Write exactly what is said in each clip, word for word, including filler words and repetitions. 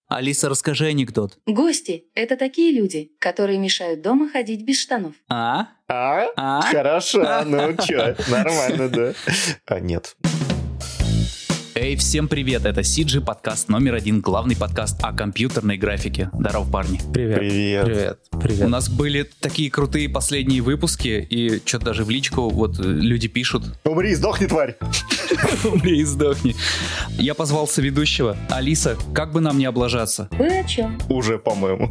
Алиса, расскажи анекдот. Гости – это такие люди, которые мешают дома ходить без штанов. А? А? А? Хорошо, ну чё, нормально, да. А, нет. Эй, всем привет, это си джи подкаст номер один, главный подкаст о компьютерной графике. Здорово, парни. Привет. Привет. Привет. Привет. У нас были такие крутые последние выпуски, и что-то даже в личку вот люди пишут. Умри, сдохни, тварь. Умри и сдохни. Я позвал соведущего. Алиса, как бы нам не облажаться? Вы о чем? Уже, по-моему.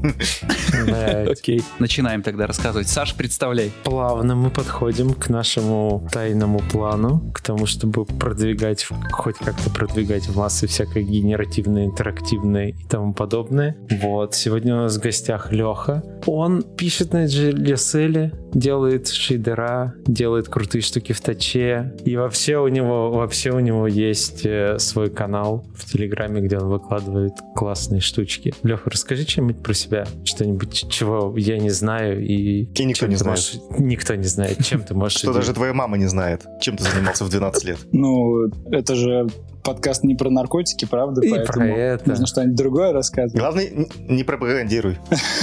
Окей, начинаем тогда рассказывать. Саш, представляй. Плавно мы подходим к нашему тайному плану, к тому, чтобы продвигать, хоть как-то продвигать в массы всякое генеративное, интерактивное и тому подобное. Вот, сегодня у нас в гостях Леха. Он пишет на джи эс эл, делает шейдера, делает крутые штуки в таче. И вообще у него, вообще у него есть свой канал в Телеграме, где он выкладывает классные штучки. Леха, расскажи что-нибудь про себя, что-нибудь, чего я не знаю. И, и никто не знает. Можешь... Никто не знает, чем ты можешь... Что даже твоя мама не знает, чем ты занимался в двенадцать лет. Ну, это же... подкаст не про наркотики, правда? И поэтому про это. нужно что-нибудь другое рассказывать. Главное, не пропагандируй.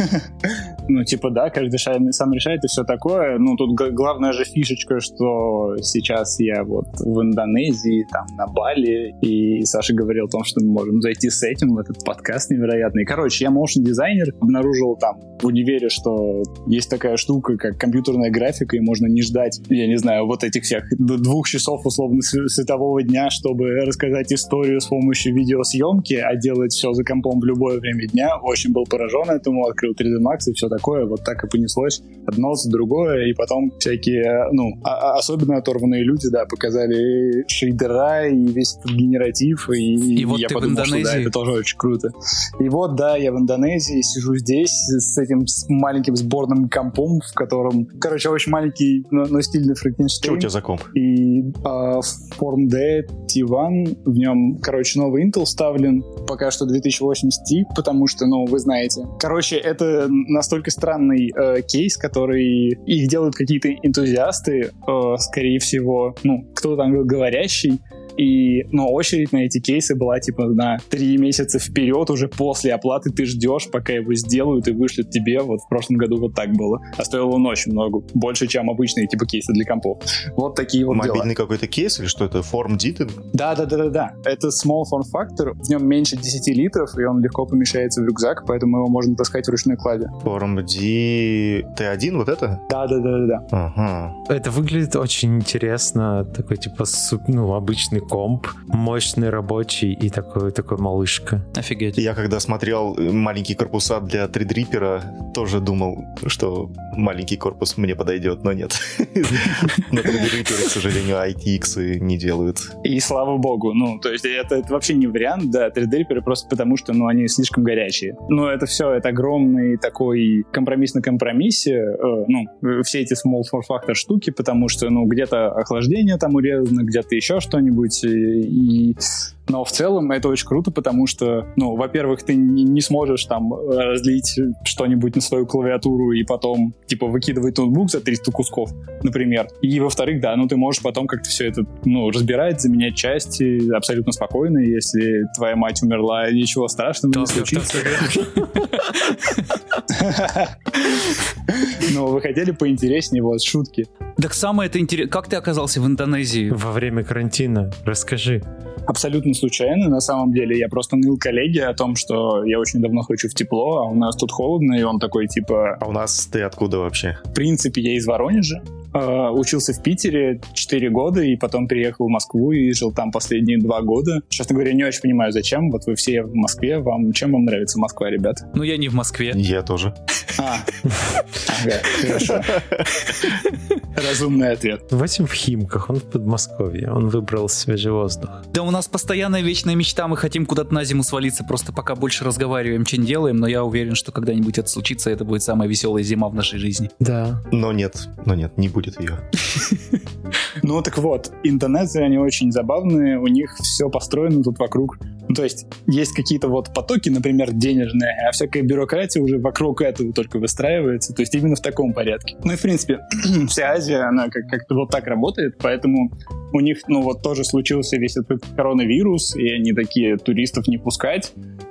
Ну, типа, да, каждый сам решает и все такое. Ну, тут главная же фишечка, что сейчас я вот в Индонезии, там, на Бали, и Саша говорил о том, что мы можем зайти с этим в этот подкаст невероятный. Короче, я моушн-дизайнер, обнаружил там в универе, что есть такая штука, как компьютерная графика, и можно не ждать, я не знаю, вот этих всех двух часов условно светового дня, чтобы рассказать историю с помощью видеосъемки, а делать все за компом в любое время дня. Очень был поражен этому, открыл три дэ Max и все такое. Вот так и понеслось одно за другое. И потом всякие, ну, а- особенно оторванные люди, да, показали шейдера и весь этот генератив. И, и вот я ты подумал, в Индонезии. что да, это тоже очень круто. И вот, да, я в Индонезии, сижу здесь с этим с маленьким сборным компом, в котором, короче, очень маленький, но, но стильный Франкенштейн. Что у тебя за комп? И а, Form D ти один, в нем, короче, новый Intel вставлен, пока что две тысячи восемьдесят ти, потому что, ну, вы знаете. Короче, это настолько странный э, кейс, который их делают какие-то энтузиасты, э, скорее всего, ну, кто-то англоговорящий, и, ну, очередь на эти кейсы была, типа, на три месяца вперед, уже после оплаты ты ждешь, пока его сделают и вышлют тебе. Вот в прошлом году вот так было. А стоило он очень много. Больше, чем обычные, типа, кейсы для компов. Вот такие вот Мобильный дела. какой-то кейс или что это? Form D? Да-да-да-да-да. Это small form factor. В нем меньше десять литров, и он легко помещается в рюкзак, поэтому его можно таскать в ручной кладе. Form D ти один, вот это? Да-да-да-да. Ага. Это выглядит очень интересно. Такой, типа, суп, ну, обычный комп, мощный, рабочий и такой, такой малышка. Офигеть. Я когда смотрел маленькие корпуса для три-дриппера, тоже думал, что маленький корпус мне подойдет, но нет. На три-дриппере, к сожалению, ай ти икс не делают. И слава богу. Ну, то есть это, это вообще не вариант, да, три-дрипперы просто потому, что, ну, они слишком горячие. Но это все, это огромный такой компромисс на компромиссе, э, ну, все эти small form factor штуки, потому что, ну, где-то охлаждение там урезано, где-то еще что-нибудь. И, но в целом это очень круто, потому что, ну, во-первых, ты не, не сможешь там разлить что-нибудь на свою клавиатуру и потом, типа, выкидывать ноутбук за триста кусков, например. И, во-вторых, да, ну, ты можешь потом как-то все это, ну, разбирать, заменять части абсолютно спокойно. Если твоя мать умерла, ничего страшного не случится. Ну, вы хотели поинтереснее, вот, шутки. Так самое это интересно. Как ты оказался в Индонезии? Во время карантина. Расскажи. Абсолютно случайно, на самом деле. Я просто ныл коллеге о том, что я очень давно хочу в тепло, а у нас тут холодно, и он такой, типа... А у нас ты откуда вообще? В принципе, я из Воронежа. Uh, учился в Питере четыре года и потом переехал в Москву и жил там последние два года. Честно говоря, не очень понимаю, зачем. Вот вы все в Москве. Вам чем вам нравится Москва, ребят? Ну, я не в Москве. Я тоже. А, ага, хорошо. Разумный ответ. Васим в Химках, он в Подмосковье. Он выбрал свежий воздух. Да у нас постоянная вечная мечта. Мы хотим куда-то на зиму свалиться. Просто пока больше разговариваем, чем делаем. Но я уверен, что когда-нибудь это случится. Это будет самая веселая зима в нашей жизни. Да. Но нет, но нет, не будет ее. Ну так вот, индонезцы, они очень забавные, у них все построено тут вокруг. Ну, то есть есть какие-то вот потоки, например, денежные, а всякая бюрократия уже вокруг этого только выстраивается. То есть именно в таком порядке. Ну и в принципе вся Азия, она как- как-то вот так работает, поэтому у них, ну вот тоже случился весь этот коронавирус, и они такие: туристов не пускать.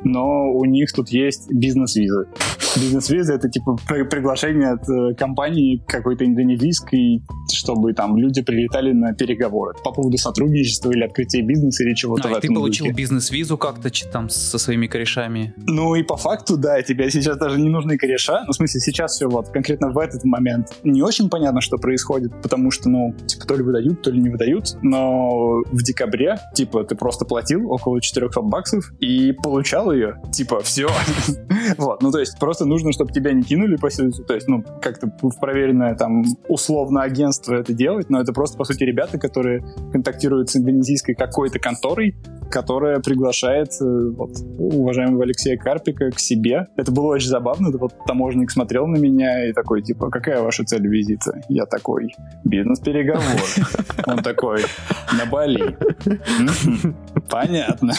но у них тут есть бизнес-визы. Бизнес-виза — это типа при- приглашение от э, компании какой-то индонезийской, чтобы там люди прилетали на переговоры по поводу сотрудничества или открытия бизнеса или чего-то а, в и ты этом получил духе. бизнес-визу как-то ч- там со своими корешами? Ну и по факту, да, тебе сейчас даже не нужны кореша. Ну, в смысле, сейчас все вот конкретно в этот момент не очень понятно, что происходит, потому что, ну, типа, то ли выдают, то ли не выдают. Но в декабре, типа, ты просто платил около четыреста баксов и получал ее. Типа, все. Вот, ну, то есть, просто нужно, чтобы тебя не кинули, по сути. То есть, ну, как-то в проверенное там условно агентство это делать, но это просто, по сути, ребята, которые контактируют с индонезийской какой-то конторой, которая приглашает вот, уважаемого Алексея Карпика к себе. Это было очень забавно. Вот таможенник смотрел на меня и такой, типа, какая ваша цель визита? Я такой, бизнес-переговор. Он такой, на Бали. Понятно.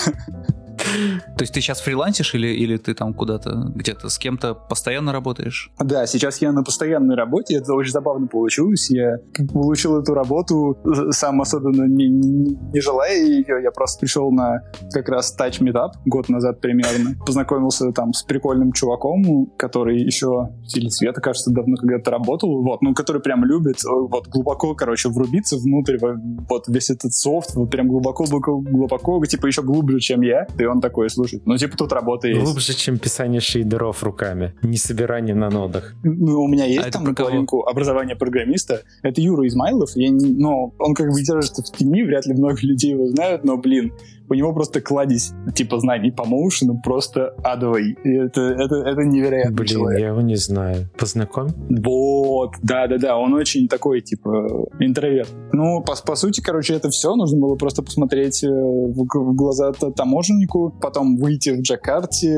То есть ты сейчас фрилансишь или, или ты там куда-то, где-то с кем-то постоянно работаешь? Да, сейчас я на постоянной работе, это очень забавно получилось. Я получил эту работу, сам особенно не, не, не желая ее, я просто пришел на как раз Touch Meetup год назад примерно. Познакомился там с прикольным чуваком, который еще в стиле цвета, кажется, давно когда-то работал, вот, ну, который прям любит вот глубоко, короче, врубиться внутрь, вот весь этот софт, вот прям глубоко-глубоко, глубоко, типа еще глубже, чем я. И он такой, слушай, ну типа тут работа есть. Глубже, чем писание шейдеров руками, не собирание на нодах. Ну, у меня есть а там наполовинку образование программиста. Это Юра Измайлов. Я не, ну, он как бы держится в тени, вряд ли много людей его знают, но, блин, у него просто кладезь типа знаний по моушену просто адовый. И это, это, это невероятный Блин, человек. я его не знаю. Познакомь? Вот, да-да-да, он очень такой, типа, интроверт. Ну, по, по сути, короче, это все. Нужно было просто посмотреть в, в глаза таможеннику, потом выйти в Джакарте,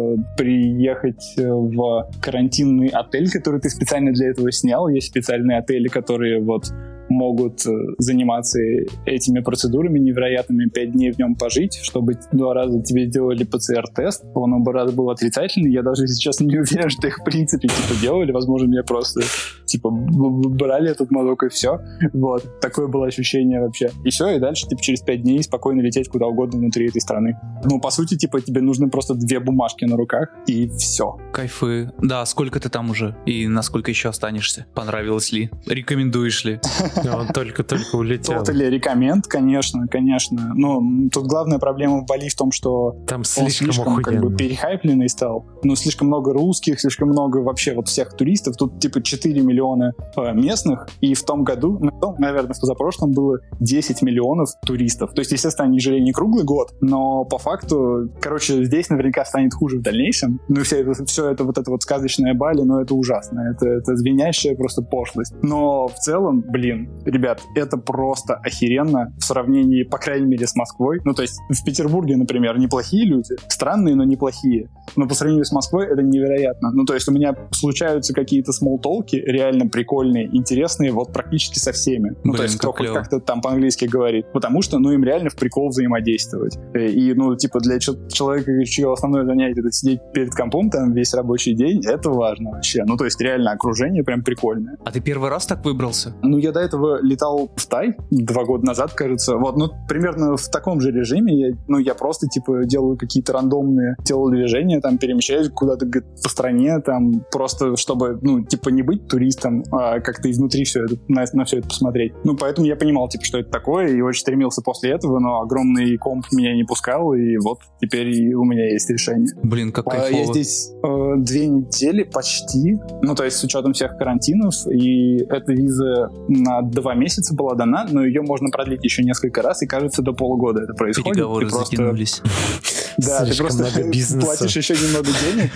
приехать в карантинный отель, который ты специально для этого снял. Есть специальные отели, которые вот могут заниматься этими процедурами невероятными, пять дней в нем пожить, чтобы два раза тебе сделали ПЦР-тест, он оба раза был отрицательный, я даже сейчас не уверен, что их в принципе типа делали, возможно, меня просто типа брали этот мазок и все, вот, такое было ощущение вообще, и все, и дальше типа через пять дней спокойно лететь куда угодно внутри этой страны. Ну, по сути, типа тебе нужны просто две бумажки на руках, и все. Кайфы. Да, сколько ты там уже? И насколько еще останешься? Понравилось ли? Рекомендуешь ли? Он только-только улетел. Тот или рекоменд, конечно, конечно. Но тут главная проблема в Бали в том, что там он слишком, слишком как бы перехайпленный стал. Ну, слишком много русских, слишком много вообще вот всех туристов. Тут типа четыре миллиона э, местных, и в том году, ну, наверное, в позапрошлом было десять миллионов туристов. То есть, естественно, они жили не круглый год, но по факту, короче, здесь наверняка станет хуже в дальнейшем. Ну, все это, все это вот это вот сказочное Бали, ну, это ужасно. Это, это звенящая просто пошлость. Но в целом, блин, ребят, это просто охеренно в сравнении, по крайней мере, с Москвой. Ну, то есть в Петербурге, например, неплохие люди, странные, но неплохие. Но по сравнению с Москвой это невероятно. Ну, то есть у меня случаются какие-то смолтолки реально прикольные, интересные, вот практически со всеми. Ну, Блин, то есть кто как хоть клево. как-то там по-английски говорит. Потому что, ну, им реально в прикол взаимодействовать. И, ну, типа, для человека, чье основное занятие — это сидеть перед компом там весь рабочий день, это важно вообще. Ну, то есть реально окружение прям прикольное. А ты первый раз так выбрался? Ну, я до этого летал в Тай два года назад, кажется. Вот, ну, примерно в таком же режиме. Я, ну, я просто, типа, делаю какие-то рандомные телодвижения, там, перемещаюсь куда-то по стране, там, просто чтобы, ну, типа, не быть туристом, а как-то изнутри все это, на, на все это посмотреть. Ну, поэтому я понимал, типа, что это такое, и очень стремился после этого, но огромный комп меня не пускал, и вот теперь и у меня есть решение. Блин, как А, кайфово. Я здесь э, две недели почти, ну, то есть с учетом всех карантинов, и эта виза на два месяца была дана, но ее можно продлить еще несколько раз, и, кажется, до полугода это происходит. Переговоры Ты просто- затянулись. Да, ты Слишком просто много бизнеса. платишь еще немного денег,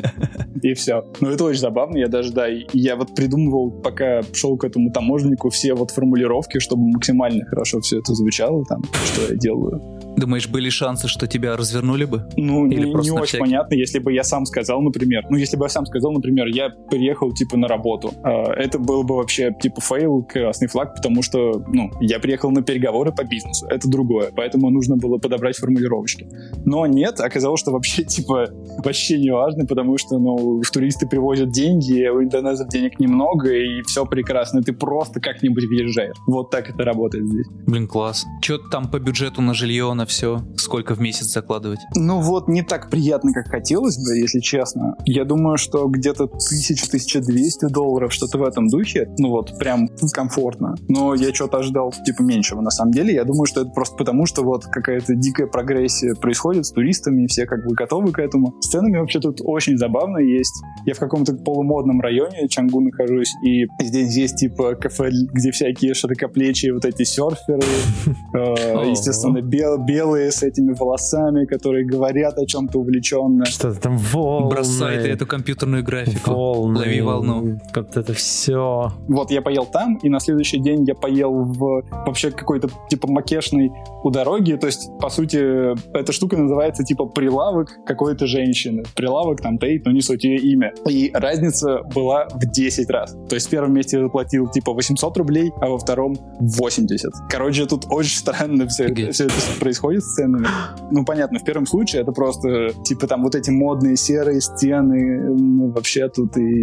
и все. Ну, это очень забавно, я даже, да, и я вот придумывал, пока шел к этому таможеннику, все вот формулировки, чтобы максимально хорошо все это звучало, там, что я делаю. Думаешь, были шансы, что тебя развернули бы? Ну, Или не, просто не на очень всякий? понятно, если бы я сам сказал, например, ну, если бы я сам сказал, например, я приехал, типа, на работу, э, это был бы вообще, типа, фейл, красный флаг, потому что, ну, я приехал на переговоры по бизнесу, это другое, поэтому нужно было подобрать формулировочки. Но нет, оказалось, что вообще, типа, вообще не важно, потому что, ну, туристы привозят деньги, у индонезов денег немного, и все прекрасно, ты просто как-нибудь въезжаешь. Вот так это работает здесь. Блин, класс. Че там по бюджету на жилье, на все, сколько в месяц закладывать? Ну вот, не так приятно, как хотелось бы, если честно. Я думаю, что где-то тысяча-тысяча двести долларов, что-то в этом духе. Ну вот, прям комфортно. Но я что-то ожидал, типа, меньшего. На самом деле, я думаю, что это просто потому, что вот какая-то дикая прогрессия происходит с туристами, все как бы готовы к этому. С ценами вообще тут очень забавно есть. Я в каком-то полумодном районе Чангу нахожусь, и здесь есть, типа, кафе, где всякие широкоплечие вот эти серферы, естественно, белые с этими волосами, которые говорят о чем-то увлеченно. Что-то там волны. Бросай ты эту компьютерную графику. Волны. Лови волну. Вот это все. Вот я поел там, и на следующий день я поел в вообще какой-то типа макешной у дороги. То есть, по сути, эта штука называется типа прилавок какой-то женщины. Прилавок там Тейт, но не суть ее имя. И разница была в десять раз. То есть в первом месте я заплатил типа восемьсот рублей, а во втором восемьдесят. Короче, тут очень странно все это, все это происходит с ценами. Ну, понятно, в первом случае это просто типа там вот эти модные серые стены, ну, вообще тут и,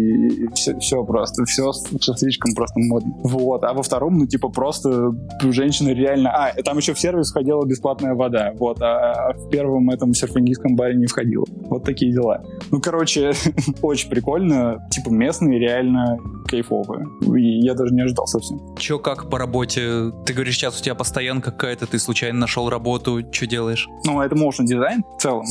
и все, все просто, все, все слишком просто модно. Вот. А во втором, ну, типа просто женщина реально... А, там еще в сервис входила бесплатная вода. Вот. А, а в первом этом серфингистском баре не входила. Вот такие дела. Ну, короче, очень прикольно. Типа местные реально кайфовые. И я даже не ожидал совсем. Че, как по работе? Ты говоришь, сейчас у тебя постоянка какая-то, ты случайно нашел работу, что делаешь? Ну, это motion дизайн в целом.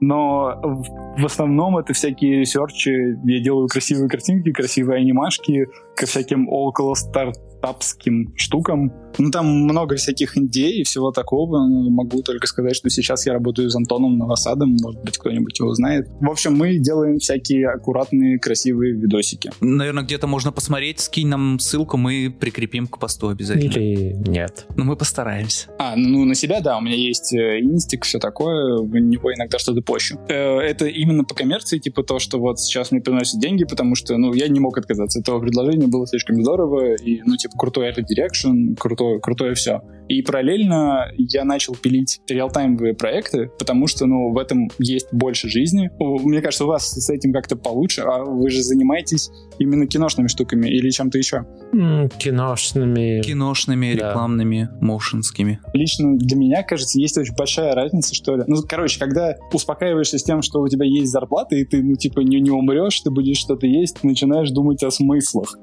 Но в основном это всякие ресерчи. Я делаю красивые картинки, красивые анимашки ко всяким около стартапским штукам. Ну, там много всяких идей и всего такого. Но могу только сказать, что сейчас я работаю с Антоном Новосадом. Может быть, кто-нибудь его знает. В общем, мы делаем всякие аккуратные, красивые видосики. Наверное, где-то можно посмотреть. Скинь нам ссылку, мы прикрепим к посту обязательно. Или нет. Ну, мы постараемся. А, ну, на себя, да. У меня есть инстик, все такое. В него иногда что-то пощу. Это именно по коммерции, типа то, что вот сейчас мне приносят деньги, потому что, ну, я не мог отказаться от этого предложения. Было слишком здорово. И, ну, типа, крутой арт-дирекшн, крутой крутое все. И параллельно я начал пилить реалтаймовые проекты, потому что, ну, в этом есть больше жизни. Мне кажется, у вас с этим как-то получше, а вы же занимаетесь именно киношными штуками или чем-то еще? Mm, киношными. Киношными, да. Рекламными, моушенскими. Лично для меня, кажется, есть очень большая разница, что ли. Ну, короче, когда успокаиваешься с тем, что у тебя есть зарплата, и ты, ну, типа, не, не умрешь, ты будешь что-то есть, ты начинаешь думать о смыслах.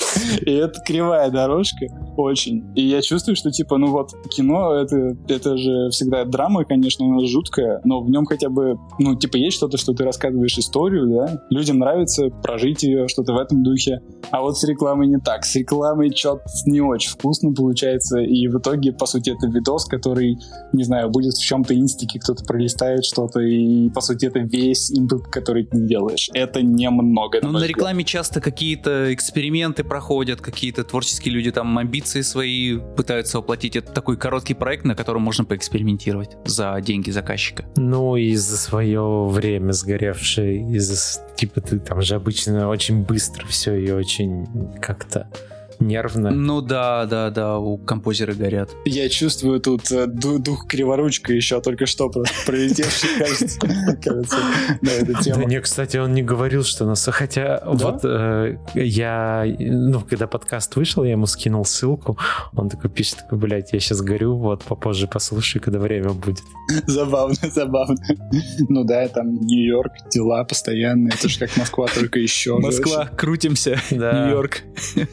И это кривая дорожка очень. И я чувствую, что, типа, ну вот, кино, это, это же всегда драма, конечно, у нас жуткая, но в нем хотя бы, ну, типа, есть что-то, что ты рассказываешь историю, да? Людям нравится прожить ее, что-то в этом духе. А вот с рекламой не так. С рекламой что-то не очень вкусно получается, и в итоге, по сути, это видос, который, не знаю, будет в чем-то инстике, кто-то пролистает что-то, и, по сути, это весь инпут, который ты делаешь. Это немного. Ну, на рекламе часто какие-то эксперименты проходят, какие-то творческие люди там амбиции свои пытаются воплотить. Это такой короткий проект, на котором можно поэкспериментировать за деньги заказчика. Ну, и за свое время сгоревшее, из-за, типа, ты там же обычно очень быстро все и очень как-то нервно. Ну да, да, да, у композеры горят. Я чувствую тут э, дух Криворучка еще только что просто пролетевший, кажется, кажется, на эту тему. Да не, кстати, он не говорил, что нас... Хотя вот э, я... Ну, когда подкаст вышел, я ему скинул ссылку, он такой пишет, такой, блядь, я сейчас горю, вот, попозже послушай, когда время будет. Забавно, забавно. Ну да, там Нью-Йорк, дела постоянные, это же как Москва, только еще. Москва, крутимся, Нью-Йорк.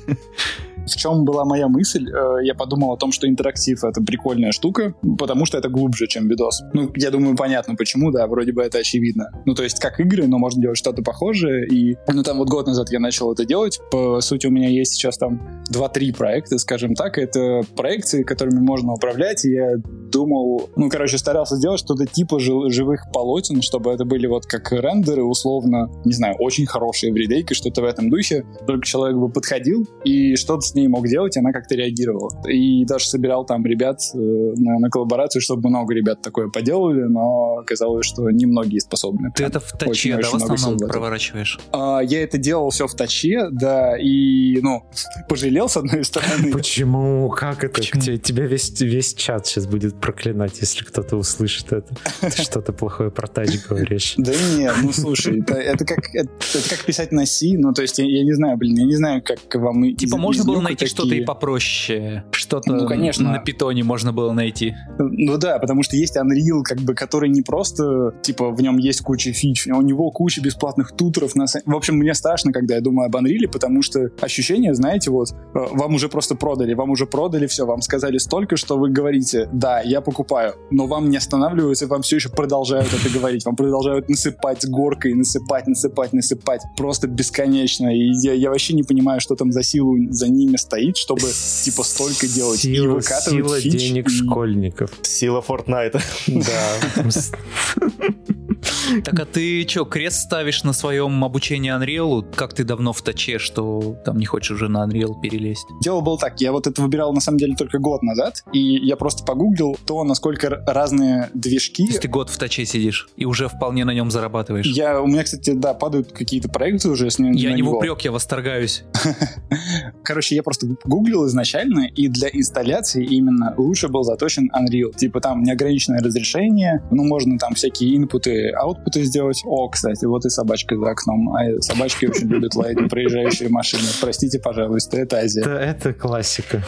В чем была моя мысль? Я подумал о том, что интерактив — это прикольная штука, потому что это глубже, чем видос. Ну, я думаю, понятно почему, да, вроде бы это очевидно. Ну, то есть, как игры, но можно делать что-то похожее, и, ну, там вот год назад я начал это делать. По сути, у меня есть сейчас там два-три проекта, скажем так. Это проекции, которыми можно управлять, и я думал, ну, короче, старался сделать что-то типа живых полотен, чтобы это были вот как рендеры, условно, не знаю, очень хорошие вридейки, что-то в этом духе. Только человек бы подходил и что-то с ней мог делать, и она как-то реагировала. И даже собирал там ребят э, на, на коллаборацию, чтобы много ребят такое поделали, но оказалось, что немногие способны. Ты это в Таче, очень, да, очень в основном проворачиваешь? А, я это делал все в Таче, да, и, ну, пожалел с одной стороны. Почему? Как это? Почему? Тебя весь, весь чат сейчас будет проклинать, если кто-то услышит это. Ты что-то плохое про Тач говоришь. Да нет, ну слушай, это как писать на C, ну то есть я не знаю, блин, я не знаю, как вам... Типа можно было найти такие. что-то и попроще. Что-то Ну, конечно. на питоне можно было найти. Ну да, потому что есть Unreal, как бы, который не просто, типа, в нем есть куча фич, у него куча бесплатных туторов. На... В общем, мне страшно, когда я думаю об Unreal, потому что ощущение, знаете, вот, вам уже просто продали, вам уже продали все, вам сказали столько, что вы говорите, да, я покупаю, но вам не останавливаются, вам все еще продолжают это говорить, вам продолжают насыпать с горкой, насыпать, насыпать, насыпать, просто бесконечно, и я, я вообще не понимаю, что там за силу за ними стоит, чтобы, типа, столько делать. Сила, и выкатывать сила фич, денег и... школьников. Сила Фортнайта. Да. Так а ты что, крест ставишь на своем обучении Unreal? Как ты давно в точе, что там не хочешь уже на Unreal перелезть? Дело было так, я вот это выбирал на самом деле только год назад, и я просто погуглил то, насколько разные движки... То есть ты год в точе сидишь и уже вполне на нем зарабатываешь? Я, у меня, кстати, да, падают какие-то проекты уже с ним. Я на не в него. упрек, я восторгаюсь. Короче, я просто гуглил изначально, и для инсталляции именно лучше был заточен Unreal. Типа там неограниченное разрешение, ну, можно там всякие инпуты, аутпуты сделать. О, кстати, вот и собачка за окном. А собачки очень любят лаять на проезжающие машины. Простите, пожалуйста, это Азия. Это, это классика.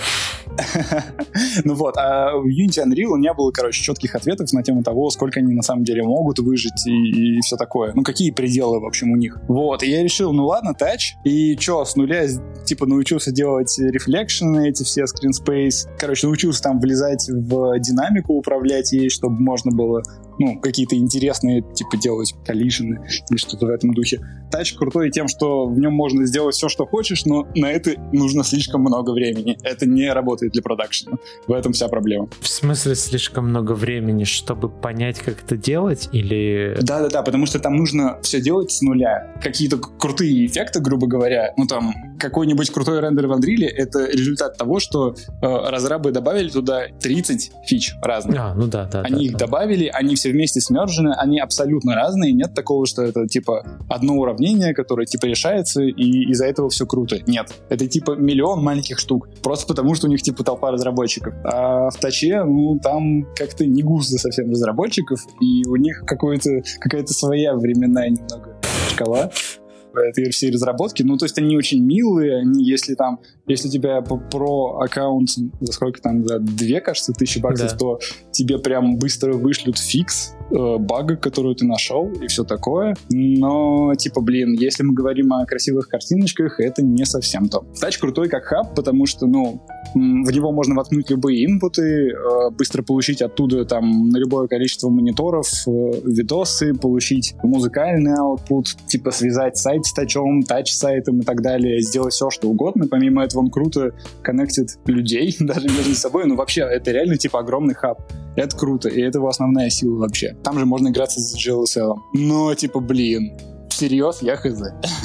Ну вот, а в Unity Unreal у меня было, короче, четких ответов на тему того, сколько они на самом деле могут выжить и, и все такое. Ну, какие пределы, в общем, у них. Вот, и я решил, ну ладно, тач. И что, с нуля, типа, научился делать рефлекшены, эти все, screen space. Короче, научился там влезать в динамику, управлять ей, чтобы можно было, ну, какие-то интересные, типа, делать коллижены или что-то в этом духе. Тач крутой тем, что в нем можно сделать все, что хочешь, но на это нужно слишком много времени. Это не работает для продакшена. В этом вся проблема. В смысле слишком много времени, чтобы понять, как это делать? Или... Да-да-да, потому что там нужно все делать с нуля. Какие-то крутые эффекты, грубо говоря, ну там какой-нибудь крутой рендер в Unreal — это результат того, что э, разрабы добавили туда тридцать фич разных. А, ну да, да. Они да, их да. добавили, они все вместе смержены, они абсолютно разные. Нет такого, что это типа одно уравнение, которое типа решается, и из-за этого все круто. Нет. Это типа миллион маленьких штук. Просто потому, что у них типа толпа разработчиков. А в Точе, ну, там как-то не густо совсем разработчиков, и у них какой-то, какая-то своя временная немного шкала этой всей разработки. Ну, то есть они очень милые, они, если там, если у тебя про аккаунт за сколько там, за две, кажется, тысячи баксов, Да. то тебе прям быстро вышлют фикс э, бага, которую ты нашел, и все такое. Но, типа, блин, если мы говорим о красивых картиночках, это не совсем то. Тач крутой как хаб, потому что, ну, м, в него можно воткнуть любые инпуты, э, быстро получить оттуда там на любое количество мониторов э, видосы, получить музыкальный аутпут, типа связать сайт с тачом, тач-сайтом и так далее, сделать все, что угодно. Помимо этого он круто коннектит людей даже между собой. Ну, вообще, это реально, типа, огромный хаб. Это круто, и это его основная сила вообще. Там же можно играться с джи эл эс эл. Но, типа, блин, всерьез, я хз.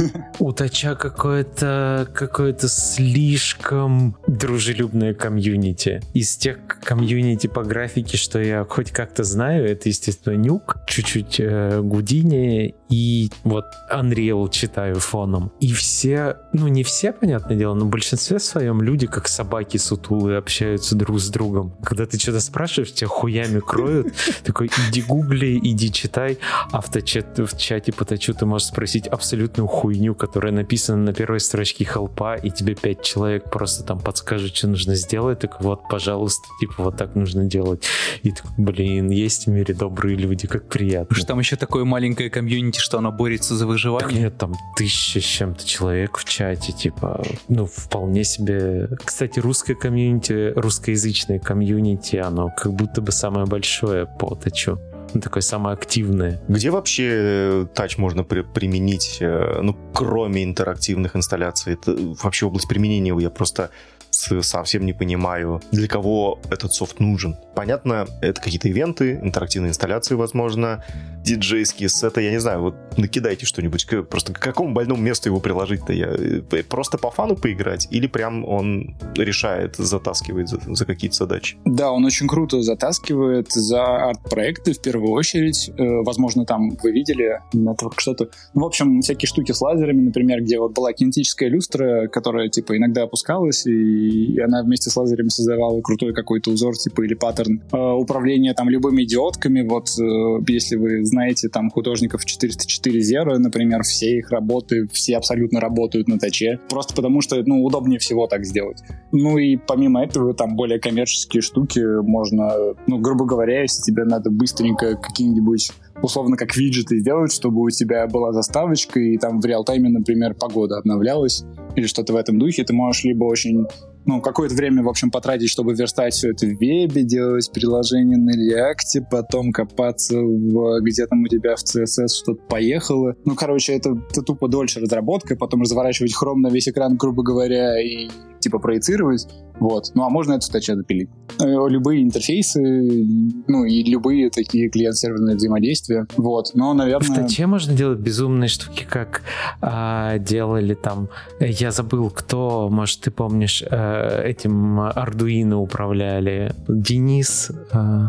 У Тача какое-то какое-то слишком дружелюбное комьюнити. Из тех комьюнити по графике, что я хоть как-то знаю, это, естественно, Нюк, чуть-чуть э, Гудини и вот Unreal читаю фоном. И все, ну не все, понятное дело, но в большинстве своем люди как собаки сутулые общаются друг с другом. Когда ты что-то спрашиваешь, тебя хуями кроют, такой иди гугли, иди читай, а в, таче, в чате по Тачу ты можешь спросить абсолютную хуйню, которая написана на первой строчке хелпа, и тебе пять человек просто там подскажут, что нужно сделать, так вот, пожалуйста, типа вот так нужно делать. И такой, блин, есть в мире добрые люди, как приятно. Потому что там еще такое маленькое комьюнити, что оно борется за Так выживание. нет, там тысяча с чем-то человек в чате, типа, ну, вполне себе... Кстати, русское комьюнити, русскоязычное комьюнити, оно как будто бы самое большое по Тачу. Ну, такое самое активное. Где вообще тач можно при- применить, э, ну, кроме интерактивных инсталляций? Это вообще область применения, я просто с- совсем не понимаю, для кого этот софт нужен. Понятно, это какие-то ивенты, интерактивные инсталляции, возможно, диджейские сеты, я не знаю, вот накидайте что-нибудь, к- просто к какому больному месту его приложить-то? Я, э, просто по фану поиграть? Или прям он решает, затаскивает за, за какие-то задачи? Да, он очень круто затаскивает за арт-проекты в первую очередь. Э, возможно, там вы видели network что-то. Ну, в общем, всякие штуки с лазерами, например, где вот была кинетическая люстра, которая, типа, иногда опускалась, и и она вместе с лазерами создавала крутой какой-то узор, типа, или паттерн э, управления там любыми диодками. Вот э, если вы знаете там художников четыреста четыре Zero, например, все их работы, все абсолютно работают на таче, просто потому что, ну, удобнее всего так сделать. Ну и помимо этого, там более коммерческие штуки можно, ну, грубо говоря, если тебе надо быстренько какие-нибудь, условно, как виджеты сделать, чтобы у тебя была заставочка, и там в реал-тайме, например, погода обновлялась, или что-то в этом духе, ты можешь либо очень, ну, какое-то время, в общем, потратить, чтобы верстать все это в вебе, делать приложение на React, потом копаться в, где там у тебя в си эс эс что-то поехало. Ну, короче, это, это тупо дольше разработка, потом разворачивать хром на весь экран, грубо говоря, и типа проецировать. Вот. Ну, а можно это в таче допилить. Любые интерфейсы, ну, и любые такие клиент-серверные взаимодействия. Вот. Но, наверное... В таче можно делать безумные штуки, как а, делали там... Я забыл, кто, может, ты помнишь, а, этим Arduino управляли. Денис... А...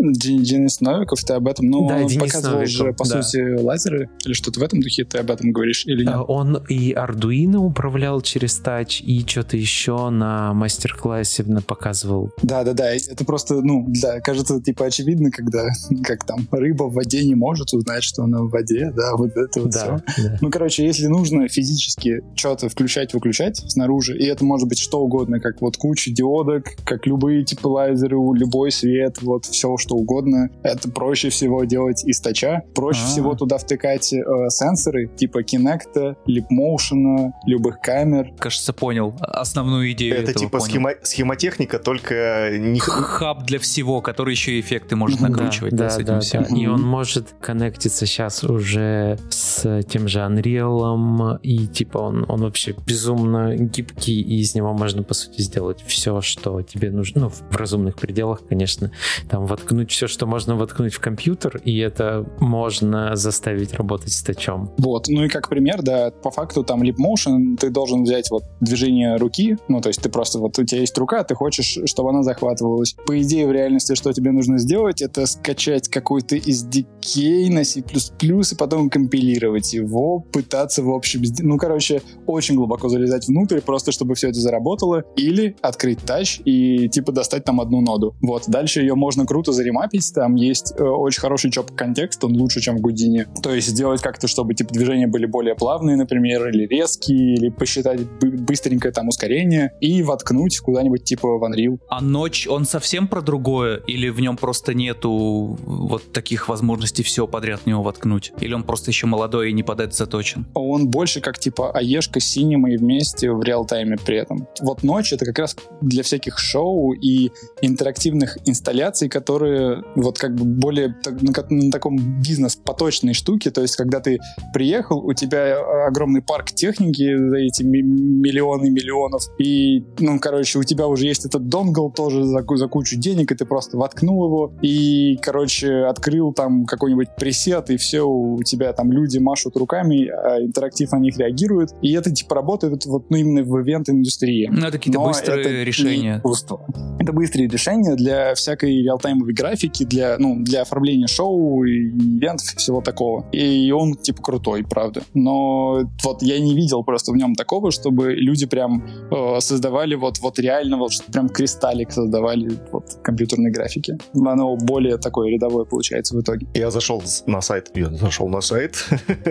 Денис Новиков, ты об этом, ну, да, он Денис показывал Новиков, же, по да. сути, лазеры, или что-то в этом духе, ты об этом говоришь, или нет? Он и Arduino управлял через тач, и что-то еще на мастер-классе показывал. Да-да-да, это просто, ну, для, кажется, типа очевидно, когда, как там, рыба в воде не может узнать, что она в воде, да, вот это вот да, все. Да. Ну, короче, если нужно физически что-то включать-выключать снаружи, и это может быть что угодно, как вот куча диодок, как любые типа лазеры, любой свет, вот все, что угодно. Это проще всего делать из тача. Проще А-а-а. всего туда втыкать э, сенсоры типа Kinect, Leapmotion, любых камер. Кажется, понял основную идею. Это этого типа схема, схемотехника, только не... Хаб для всего, который еще и эффекты может накручивать. Да, да, да, с этим да, всем. да. И он может коннектиться сейчас уже с тем же Unreal, и типа он, он вообще безумно гибкий, и из него можно, по сути, сделать все, что тебе нужно. Ну, в разумных пределах, конечно. Там воткнуть все, что можно воткнуть в компьютер, и это можно заставить работать с тачом. Вот, ну и как пример, да, по факту там Leapmotion, ты должен взять вот движение руки, ну то есть ты просто, вот у тебя есть рука, ты хочешь, чтобы она захватывалась. По идее, в реальности, что тебе нужно сделать, это скачать какой-то эс ди кей на C++, и потом компилировать его, пытаться, в общем, ну, короче, очень глубоко залезать внутрь, просто чтобы все это заработало, или открыть тач и, типа, достать там одну ноду. Вот, дальше ее можно круто заремапить, там есть э, очень хороший чоп-контекст, он лучше, чем в Гудине. То есть сделать как-то, чтобы, типа, движения были более плавные, например, или резкие, или посчитать бы- быстренькое там ускорение, и воткнуть куда-нибудь, типа, в Unreal. А ночь, он совсем про другое? Или в нем просто нету вот таких возможностей все подряд в него воткнуть? Или он просто еще молодой и не под это заточен? Он больше как, типа, аешка с синемой вместе в реал-тайме при этом. Вот ночь — это как раз для всяких шоу и интерактивных инсталляций, которые вот как бы более на, на таком бизнес-поточной штуке, то есть когда ты приехал, у тебя огромный парк техники за эти миллионы миллионов, и, ну, короче, у тебя уже есть этот донгл тоже за, за кучу денег, и ты просто воткнул его, и, короче, открыл там какой-нибудь пресет, и все, у тебя там люди машут руками, а интерактив на них реагирует, и это, типа, работает вот, ну, именно в ивент-индустрии. Ну, это какие-то Но быстрые это решения. Это быстрые решения для всякой реалтаймовой графики, для, ну, для оформления шоу, и ивентов, и всего такого. И он, типа, крутой, правда. Но вот я не видел просто в нем такого, чтобы люди прям э, создавали вот, вот реально, вот прям кристаллик создавали вот компьютерной графики. Оно более такое рядовое получается в итоге. Я зашел на сайт, я зашел на сайт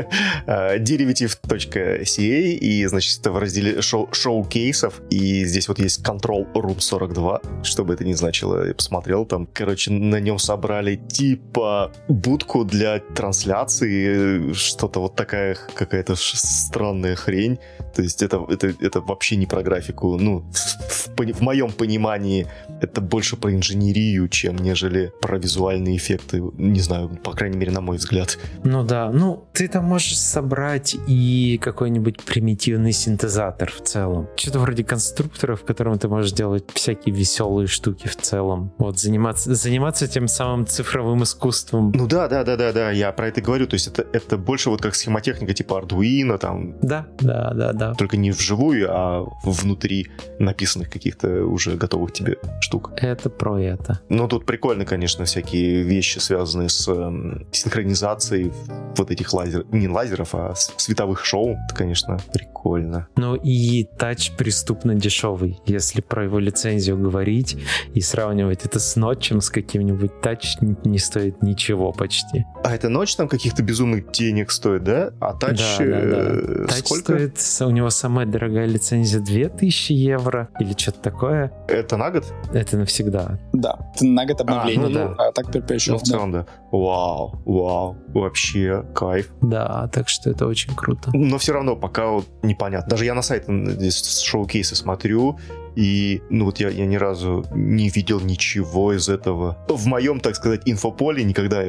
derivative точка си эй, и, значит, это в разделе шоу, шоу-кейсов, и здесь вот есть Control Room сорок два, что бы это ни значило, я посмотрел, там, короче, на нем собрали типа будку для трансляции, что-то вот такая какая-то странная хрень, то есть это, это, это вообще не про графику, ну, в, в, в моем понимании это больше про инженерию, чем нежели про визуальные эффекты, не знаю, по крайней мере, на мой взгляд. Ну да, ну ты там можешь собрать и какой-нибудь примитивный синтезатор в целом. Что-то вроде конструктора, в котором ты можешь делать всякие веселые штуки в целом. Вот заниматься, заниматься заниматься тем самым цифровым искусством. Ну да, да, да, да, да, я про это говорю. То есть это, это больше вот как схемотехника типа Arduino, там. Да, да, да, да. Только не вживую, а внутри написанных каких-то уже готовых тебе штук. Это про это. Ну, тут прикольно, конечно, всякие вещи, связанные с э, синхронизацией вот этих лазеров, не лазеров, а световых шоу. Это, конечно, прикольно. Ну и тач преступно дешевый. Если про его лицензию говорить и сравнивать это с нотчем, с каким-нибудь, тач не стоит ничего почти. А это ночь там каких-то безумных денег стоит, да? А тач да, да, да. э, тач сколько? стоит, у него самая дорогая лицензия две тысячи евро или что-то такое. Это на год? Это навсегда. Да, это на год обновление, А, ну да. а так перпетуал. Ну, в целом, да. Вау, вау, вообще кайф. Да, так что это очень круто. Но все равно пока вот непонятно. Даже я на сайте здесь шоу-кейсы смотрю, и ну вот я, я ни разу не видел ничего из этого. В моем, так сказать, инфополе никогда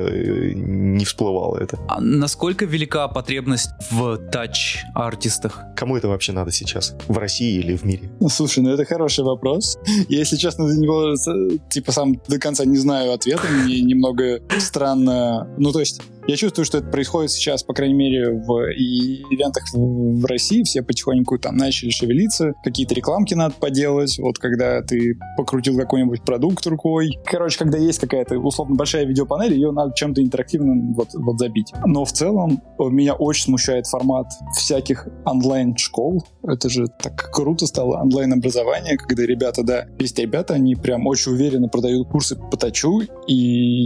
не всплывало это. А насколько велика потребность в тач-артистах? Кому это вообще надо сейчас? В России или в мире? Ну, слушай, ну это хороший вопрос. Я, если честно, на него типа сам до конца не знаю ответа. Мне немного странно. Ну, то есть я чувствую, что это происходит сейчас, по крайней мере, в и ивентах в, в России. Все потихоньку там начали шевелиться. Какие-то рекламки надо поделать. Вот когда ты покрутил какой-нибудь продукт рукой. Короче, когда есть какая-то условно большая видеопанель, ее надо чем-то интерактивным вот, вот забить. Но в целом меня очень смущает формат всяких онлайн-школ. Это же так круто стало, онлайн-образование, когда ребята, да, есть ребята, они прям очень уверенно продают курсы по тачу, и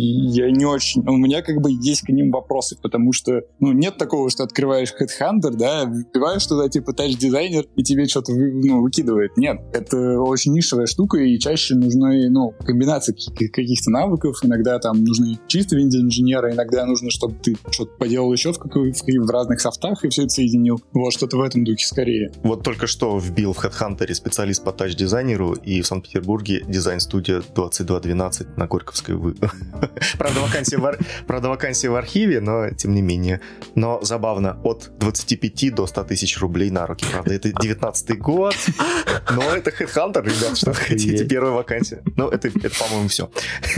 я не очень... У меня как бы есть к ним вопросы, потому что, ну, нет такого, что открываешь HeadHunter, да, вбиваешь туда, типа, тач-дизайнер, и тебе что-то, ну, выкидывает. Нет, это очень нишевая штука, и чаще нужны, ну, комбинации каких-то навыков, иногда там нужны чисто винд-инженеры, иногда нужно, чтобы ты что-то поделал еще в, какой, в, в разных софтах и все это соединил. Вот, что-то в этом духе скорее. Вот только что вбил в HeadHunter специалист по тач-дизайнеру, и в Санкт-Петербурге дизайн-студия двадцать два двенадцать на Горьковской. Вы... Правда, вакансия в, ар... Правда, вакансия в архиве, но тем не менее. Но забавно, от двадцати пяти до ста тысяч рублей на руки. Правда, это девятнадцатый год, но это HeadHunter, ребят, что хотите, первая вакансия. Ну, это, это по-моему, все.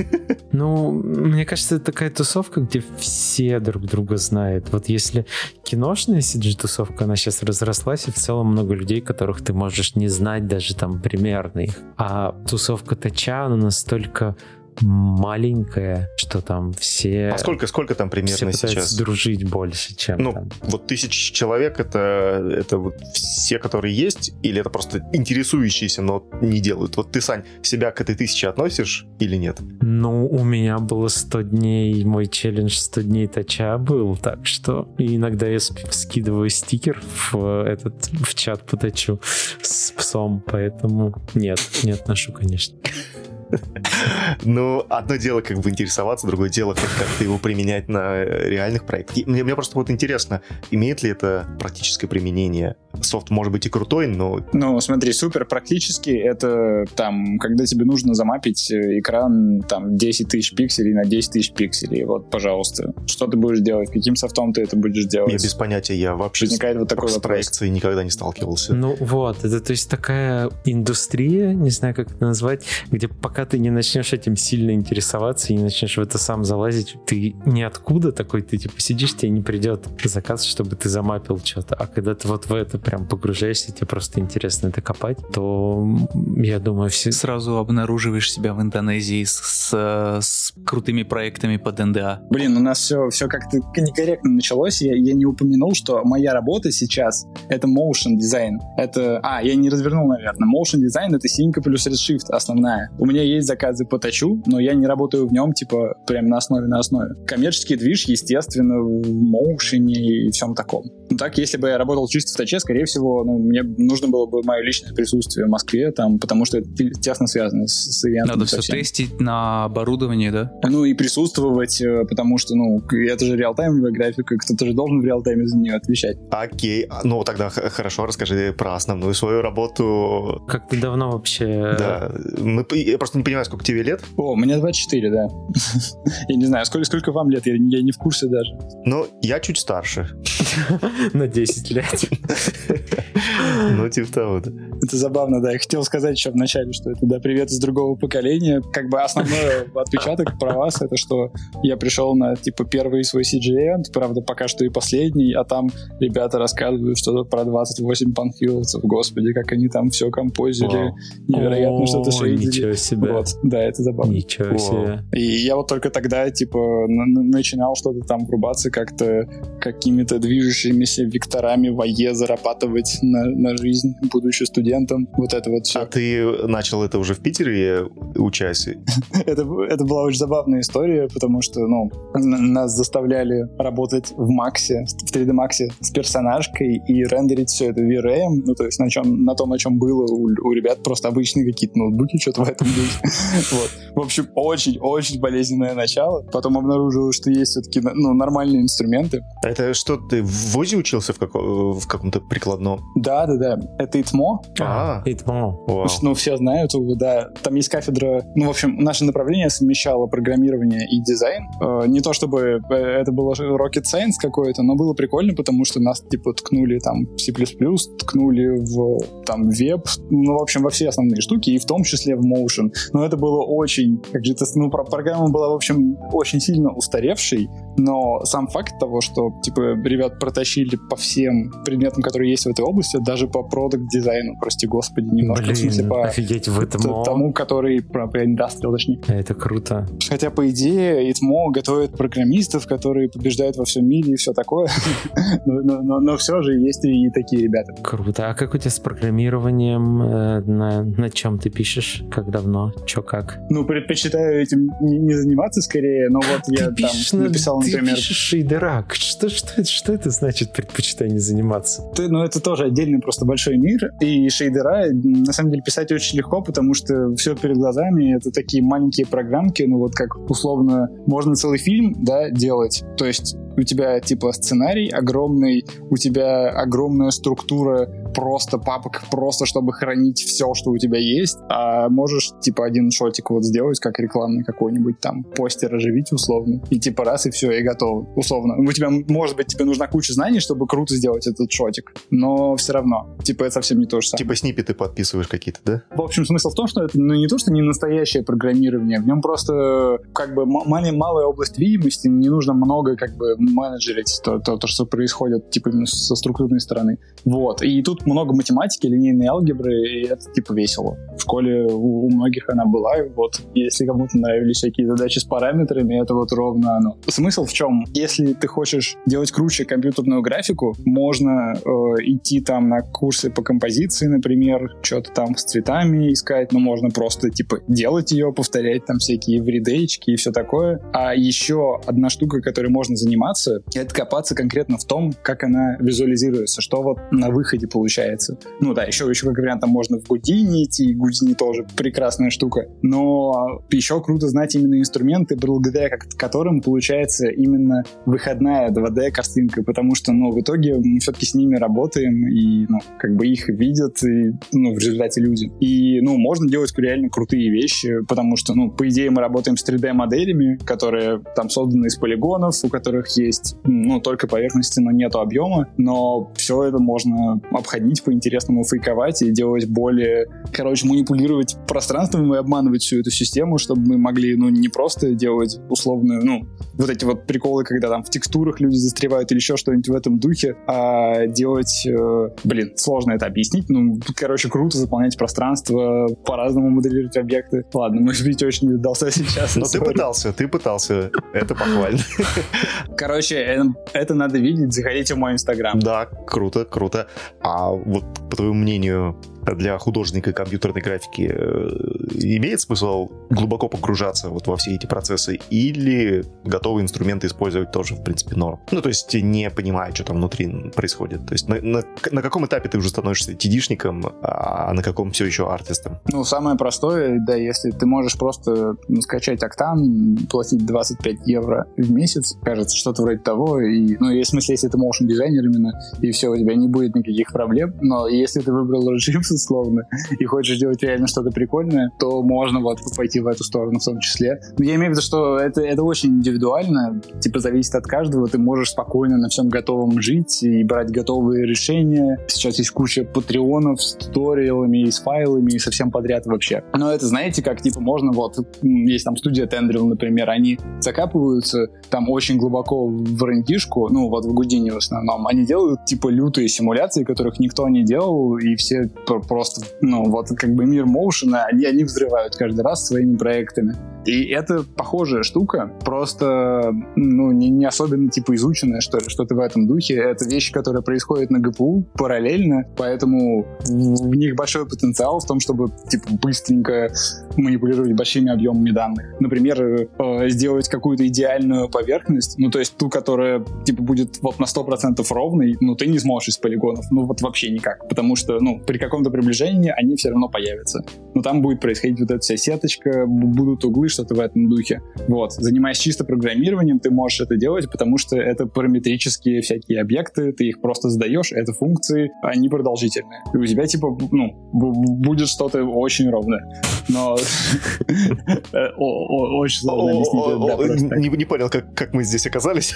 Ну, мне кажется, это такая тусовка, где все друг друга знают. Вот если киношная си джи-тусовка, она сейчас разрослась, и в целом много людей, которых ты можешь не знать даже там примерно их. А тусовка тача, она настолько маленькая, что там все... А сколько, сколько там примерно все сейчас? Дружить больше, чем ну, там. Вот тысяча человек, это, это вот все, которые есть, или это просто интересующиеся, но не делают? Вот ты, Сань, себя к этой тысяче относишь или нет? Ну, у меня было сто дней, мой челлендж сто дней тача был, так что иногда я скидываю стикер в этот в чат по тачу с псом, поэтому нет, не отношу, конечно. Ну, одно дело как бы интересоваться, другое дело как- как-то его применять на реальных проектах. И Мне, мне просто вот интересно, имеет ли это практическое применение? Софт может быть и крутой, но... Ну, смотри, супер практически это там, когда тебе нужно замапить экран там десять тысяч пикселей на десять тысяч пикселей. Вот, пожалуйста. Что ты будешь делать? Каким софтом ты это будешь делать? Я без понятия, я вообще Возникает вот такой с вопрос. проекцией никогда не сталкивался. Ну вот, это то есть такая индустрия, не знаю, как это назвать, где пока ты не начнешь этим сильно интересоваться и не начнешь в это сам залазить, ты ниоткуда такой, ты типа сидишь, тебе не придет заказ, чтобы ты замапил что-то. А когда ты вот в это прям погружаешься, тебе просто интересно это копать, то я думаю, все... Сразу обнаруживаешь себя в Индонезии с, с, с крутыми проектами под эн ди эй. Блин, у нас все, все как-то некорректно началось. Я, я не упомянул, что моя работа сейчас — это motion дизайн. Это... А, я не развернул, наверное. Motion дизайн — это синька плюс Redshift основная. У меня есть заказы по тачу, но я не работаю в нем, типа, прям на основе на основе. Коммерческий движ, естественно, в моушене и всем таком. Ну так, если бы я работал чисто в таче, скорее всего, ну, мне нужно было бы мое личное присутствие в Москве, там, потому что это тесно связано с, с ивентом. Надо все тестить на оборудовании, да? Ну и присутствовать, потому что, ну, это же реалтаймовая графика, кто-то же должен в реалтайме за нее отвечать. Окей, ну тогда х- хорошо, расскажи про основную свою работу. Как ты давно вообще... Да, мы, я просто не понимаю, сколько тебе лет. О, мне двадцать четыре, да. Я не знаю, сколько, сколько вам лет, я, я не в курсе даже. Ну, я чуть старше. На десять лет. Ну, типа того, да. Это забавно, да. Я хотел сказать еще в начале, что это, да, привет из другого поколения. Как бы основной отпечаток про вас, это что я пришел на, типа, первый свой си джи ивент, правда, пока что и последний, а там ребята рассказывают что-то про двадцать восемь панфиловцев. Господи, как они там все композили. Невероятно, что-то шейдили. Ничего себе. Вот, да, это забавно. Ничего себе. И я вот только тогда, типа, н- начинал что-то там врубаться, как-то какими-то движущимися векторами в АЕ зарабатывать на, на жизнь, будучи студентом. Вот это вот все. А ты начал это уже в Питере, учась? это, это была очень забавная история, потому что, ну, н- нас заставляли работать в Максе, в три дэ Максе с персонажкой и рендерить все это ви ар эм, ну, то есть на, чем, на том, о чем было у, у ребят просто обычные какие-то ноутбуки, что-то в этом духе. Вот. В общем, очень-очень болезненное начало. Потом обнаружилось, что есть все-таки, ну, нормальные инструменты. Это что, ты в ВОЗе учился в, како- в каком-то прикладном? Да-да-да, это ИТМО. А, ИТМО. вау. Ну, все знают его, да. Там есть кафедра... Ну, в общем, наше направление совмещало программирование и дизайн. Э, не то чтобы это было rocket science какой-то, но было прикольно, потому что нас, типа, ткнули там в C++, ткнули в там веб, ну, в общем, во все основные штуки, и в том числе в Motion. Но это было очень... Как же это... Ну, программа была, в общем, очень сильно устаревшей, но сам факт того, что, типа, ребят протащили по всем предметам, которые есть в этой области, даже по продакт-дизайну, прости господи, немножко. Блин, в смысле, по офигеть, в ИТМО. тому, который про, про индастриал, точнее. Это круто. Хотя, по идее, ИТМО готовит программистов, которые побеждают во всем мире и все такое. но, но, но, но все же есть и такие ребята. Круто. А как у тебя с программированием? Э, на, на чем ты пишешь? Как давно? Че как? Ну, предпочитаю этим не, не заниматься скорее, но вот ты я пишешь, там написал, ты например... Ты пишешь шейдерак. Что, что, это, что это значит предпочитаю не заниматься? Ты, ну, это тоже отдельный просто большой мир, и шейдера, на самом деле, писать очень легко, потому что все перед глазами, это такие маленькие программки, ну, вот как, условно, можно целый фильм, да, делать, то есть у тебя, типа, сценарий огромный, у тебя огромная структура просто папок, просто чтобы хранить все, что у тебя есть, а можешь, типа, один шотик вот сделать, как рекламный какой-нибудь там, постер оживить условно, и типа раз, и все, и готово, условно. У тебя, может быть, тебе нужна куча знаний, чтобы круто сделать этот шотик, но все равно, типа, это совсем не то же самое. Типа сниппеты подписываешь какие-то, да? В общем, смысл в том, что это, ну, не то, что не настоящее программирование, в нем просто, как бы, м- малая область видимости, не нужно много, как бы, менеджерить то, то, то, что происходит, типа, именно со структурной стороны. Вот. И тут много математики, линейной алгебры, и это, типа, весело. В школе у, у многих она была, и вот, если кому-то нравились всякие задачи с параметрами, это вот ровно оно. Смысл в чем? Если ты хочешь делать круче компьютерную графику, можно э, идти там на курсы по композиции, например, что-то там с цветами искать, но можно просто, типа, делать ее, повторять там всякие вридеечки и все такое. А еще одна штука, которой можно заниматься, это копаться конкретно в том, как она визуализируется, что вот на выходе получается. Ну да, еще, еще как вариант, там можно в Houdini идти, Houdini тоже прекрасная штука, но еще круто знать именно инструменты, благодаря которым получается именно выходная два дэ-картинка, потому что, ну, в итоге мы все-таки с ними работаем, и, ну, как бы их видят, и, ну, в результате люди. И, ну, можно делать реально крутые вещи, потому что, ну, по идее мы работаем с три дэ-моделями, которые там созданы из полигонов, у которых есть, ну, только поверхности, но нету объема, но все это можно обходить по-интересному, фейковать и делать более, короче, манипулировать пространством и обманывать всю эту систему, чтобы мы могли, ну, не просто делать условную, ну, вот эти вот приколы, когда там в текстурах люди застревают или еще что-нибудь в этом духе, а делать, э, блин, сложно это объяснить, ну, короче, круто заполнять пространство, по-разному моделировать объекты. Ладно, может быть, очень не дался сейчас. Но ты пытался, ты пытался, это похвально. Короче, это, это надо видеть, заходите в мой инстаграм. Да, круто, круто. А вот, по твоему мнению, для художника компьютерной графики э, имеет смысл глубоко погружаться вот во все эти процессы, или готовые инструменты использовать тоже, в принципе, норм? Ну, то есть не понимая, что там внутри происходит. То есть на, на, на каком этапе ты уже становишься ти-дишником, а на каком все еще артистом? Ну, самое простое, да, если ты можешь просто, ну, скачать Octane, платить двадцать пять евро в месяц, кажется, что-то вроде того, и, ну, в смысле, если ты motion дизайнер именно, и все, у тебя не будет никаких проблем, но если ты выбрал Redshift условно, и хочешь делать реально что-то прикольное, то можно вот пойти в эту сторону в том числе. Но я имею в виду, что это, это очень индивидуально, типа зависит от каждого, ты можешь спокойно на всем готовом жить и брать готовые решения. Сейчас есть куча патреонов с туториалами и с файлами, и со всем подряд вообще. Но это, знаете, как, типа, можно вот, есть там студия Tendril, например, они закапываются там очень глубоко в рендишку, ну, вот в Houdini в основном, они делают, типа, лютые симуляции, которых никто не делал, и все просто, ну, вот, как бы мир моушена, они, они взрывают каждый раз своими проектами. И это похожая штука, просто, ну, не, не особенно, типа, изученная, что ли, что-то в этом духе. Это вещи, которые происходят на ГПУ параллельно, поэтому в них большой потенциал в том, чтобы, типа, быстренько манипулировать большими объемами данных. Например, э, сделать какую-то идеальную поверхность, ну, то есть ту, которая, типа, будет вот на сто процентов ровной, ну, ты не сможешь из полигонов, ну, вот вообще никак, потому что, ну, при каком-то приближении они все равно появятся. Но там будет происходить вот эта вся сеточка, будут углы, что-то в этом духе. Вот. Занимаясь чисто программированием, ты можешь это делать, потому что это параметрические всякие объекты, ты их просто задаешь, это функции, они продолжительные. И у тебя, типа, ну, будет что-то очень ровное. Но очень сложно объяснить. Не понял, как мы здесь оказались.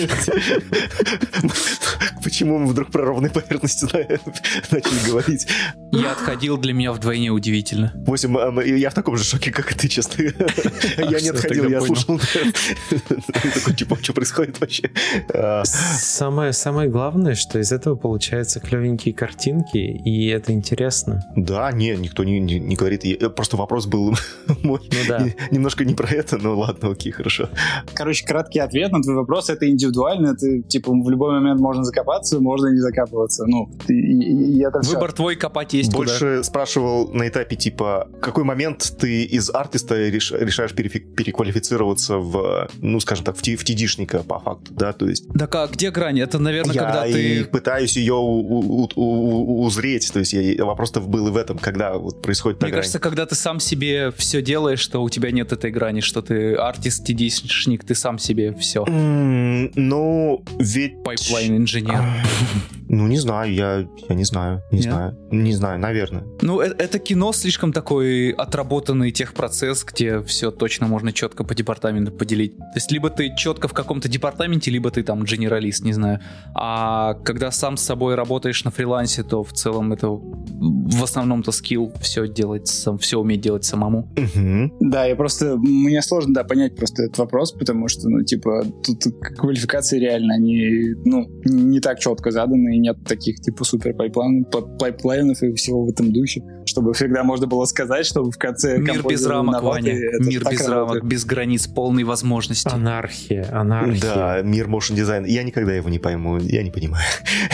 Почему мы вдруг про ровные поверхности начали говорить? Я отходил, для меня вдвойне удивительно. восемь, я в таком же шоке, как и ты, честно. Я не отходил, я слушал. Такой, типа, что происходит вообще? Самое, самое главное, что из этого получаются клевенькие картинки, и это интересно. Да, не, никто не, не, не говорит. Просто вопрос был мой. Ну, да. Немножко не про это, но ладно, окей, хорошо. Короче, краткий ответ на твой вопрос. Это индивидуально. Это, типа, в любой момент можно закопаться, можно не закапываться. Ну, и, и, и это все. Выбор твой, копать есть Больше куда. Спрашивал на этапе, типа, какой момент ты из артиста реш, решаешь переквалифицироваться в, ну, скажем так, в, ти, в тидишника, по факту, да, то есть... Так, а где грань? Это, наверное, я когда ты... Я пытаюсь ее у, у, у, узреть, то есть я, вопрос-то был и в этом, когда вот происходит та Мне грань. кажется, когда ты сам себе все делаешь, что у тебя нет этой грани, что ты артист, тидишник, ты сам себе все. Mm, ну, ведь... Пайплайн-инженер. Ну, не знаю, я, я не знаю, не Нет? знаю, не знаю, наверное. Ну, это, это кино слишком такой отработанный техпроцесс, где все точно можно четко по департаменту поделить. То есть, либо ты четко в каком-то департаменте, либо ты там генералист, не знаю. А когда сам с собой работаешь на фрилансе, то в целом это в основном-то скилл все делать сам, все уметь делать самому. Угу. Да, я просто, мне сложно, да, понять просто этот вопрос, потому что, ну, типа, тут квалификации реально, они, ну, не так четко заданы, и нет таких, типа, супер пайплайн, пайплайнов и всего в этом духе, чтобы всегда можно было сказать, чтобы в конце... Мир без рамок, Ваня. Мир без рамок, работает. Без границ, полной возможности. Анархия, анархия. Да, мир motion дизайн. Я никогда его не пойму, я не понимаю.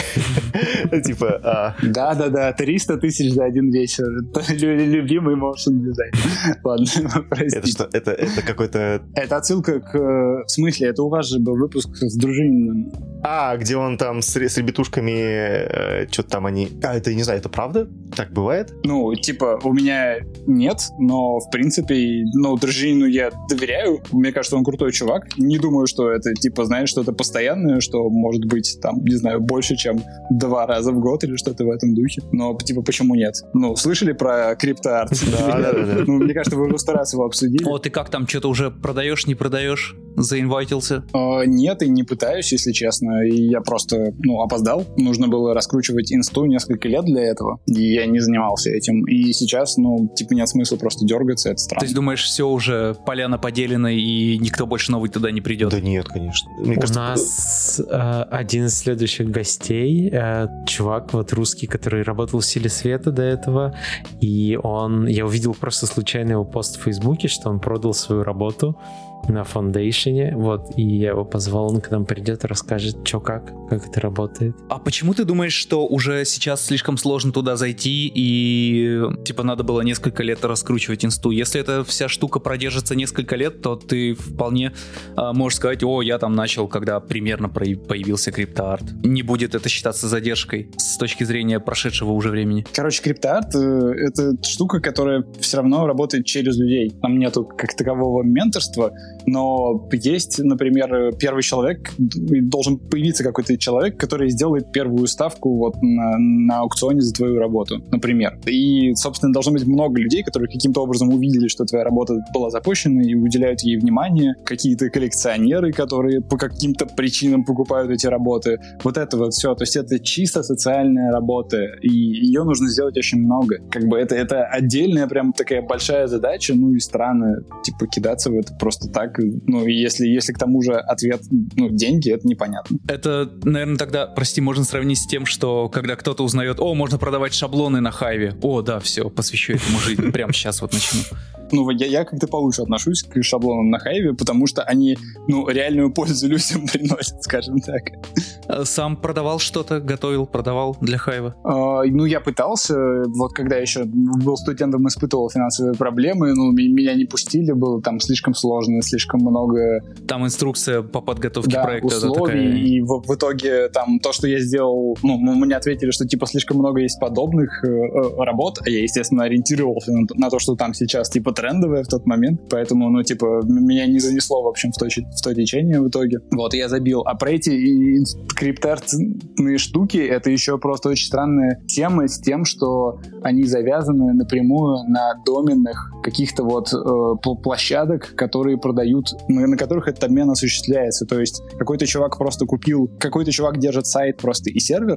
Типа... Да-да-да, триста тысяч за один вечер. Любимый motion дизайн. Ладно, простите. Это что? Это какой-то... Это отсылка к... В смысле, это у вас же был выпуск с Дружининым. А, где он там с ребятушками, что-то там они... А, это, не знаю, это правда? Так бывает? Ну, типа, у меня нет, но, в принципе, ну, Дружинину я доверяю. Мне кажется, он крутой чувак. Не думаю, что это, типа, знаешь, что-то постоянное, что может быть, там, не знаю, больше, чем два раза в год или что-то в этом духе. Но, типа, почему нет? Ну, слышали про криптоарт? Да, да, да. Ну, мне кажется, вы уже сто раз его обсудили. О, ты как там, что-то уже продаешь, не продаешь? Заинвайтился? Нет, и не пытаюсь, если честно. И я просто, ну, опоздал. Нужно было раскручивать инсту несколько лет для этого. И я не занимался этим. И сейчас, ну, типа, нет смысла просто дергаться, это странно. То есть, думаешь, все уже, поляна поделена, и никто больше новый туда не придет? Да нет, конечно. Мне У кажется, нас э, один из следующих гостей, э, чувак, вот русский, который работал в «Силе света» до этого, и он, я увидел просто случайно его пост в Фейсбуке, что он продал свою работу на фондейшене, вот, и я его позвал, он к нам придет и расскажет, что как, как это работает. А почему ты думаешь, что уже сейчас слишком сложно туда зайти и, типа, надо было несколько лет раскручивать инсту? Если эта вся штука продержится несколько лет, то ты вполне э, можешь сказать, о, я там начал, когда примерно появился криптоарт. Не будет это считаться задержкой с точки зрения прошедшего уже времени. Короче, криптоарт — это штука, которая все равно работает через людей. Там нету как такового менторства. но есть, например, первый человек, должен появиться какой-то человек, который сделает первую ставку вот на, на аукционе за твою работу, например. И, собственно, должно быть много людей, которые каким-то образом увидели, что твоя работа была запущена и уделяют ей внимание. Какие-то коллекционеры, которые по каким-то причинам покупают эти работы. Вот это вот все. То есть это чисто социальная работа, и ее нужно сделать очень много. Как бы это, это отдельная прям такая большая задача, ну и странно, типа, кидаться в это просто так. Ну, и если, если к тому же ответ, ну, деньги, это непонятно. Это, наверное, тогда, прости, можно сравнить с тем, что когда кто-то узнает, о, можно продавать шаблоны на Хайве. О, да, все, посвящу этому жизнь. Прямо сейчас вот начну. Ну, я, я как-то получше отношусь к шаблонам на Хайве, потому что они, ну, реальную пользу людям приносят, скажем так. Сам продавал что-то, готовил, продавал для Хайва? Uh, ну, я пытался, вот когда еще был студентом, испытывал финансовые проблемы, ну, меня не пустили, было там слишком сложно, слишком много... Там инструкция по подготовке да, проекта. условий, такая... и в, в итоге там то, что я сделал, ну, мне ответили, что типа слишком много есть подобных э, работ, а я, естественно, ориентировался на, на то, что там сейчас типа трендовое в тот момент, поэтому, ну, типа, меня не занесло, в общем, в то, в то течение в итоге. Вот, я забил. А про эти криптоартные штуки, это еще просто очень странная тема с тем, что они завязаны напрямую на доменных каких-то вот э, площадок, которые продают, на, на которых этот обмен осуществляется. То есть какой-то чувак просто купил, какой-то чувак держит сайт просто и сервер,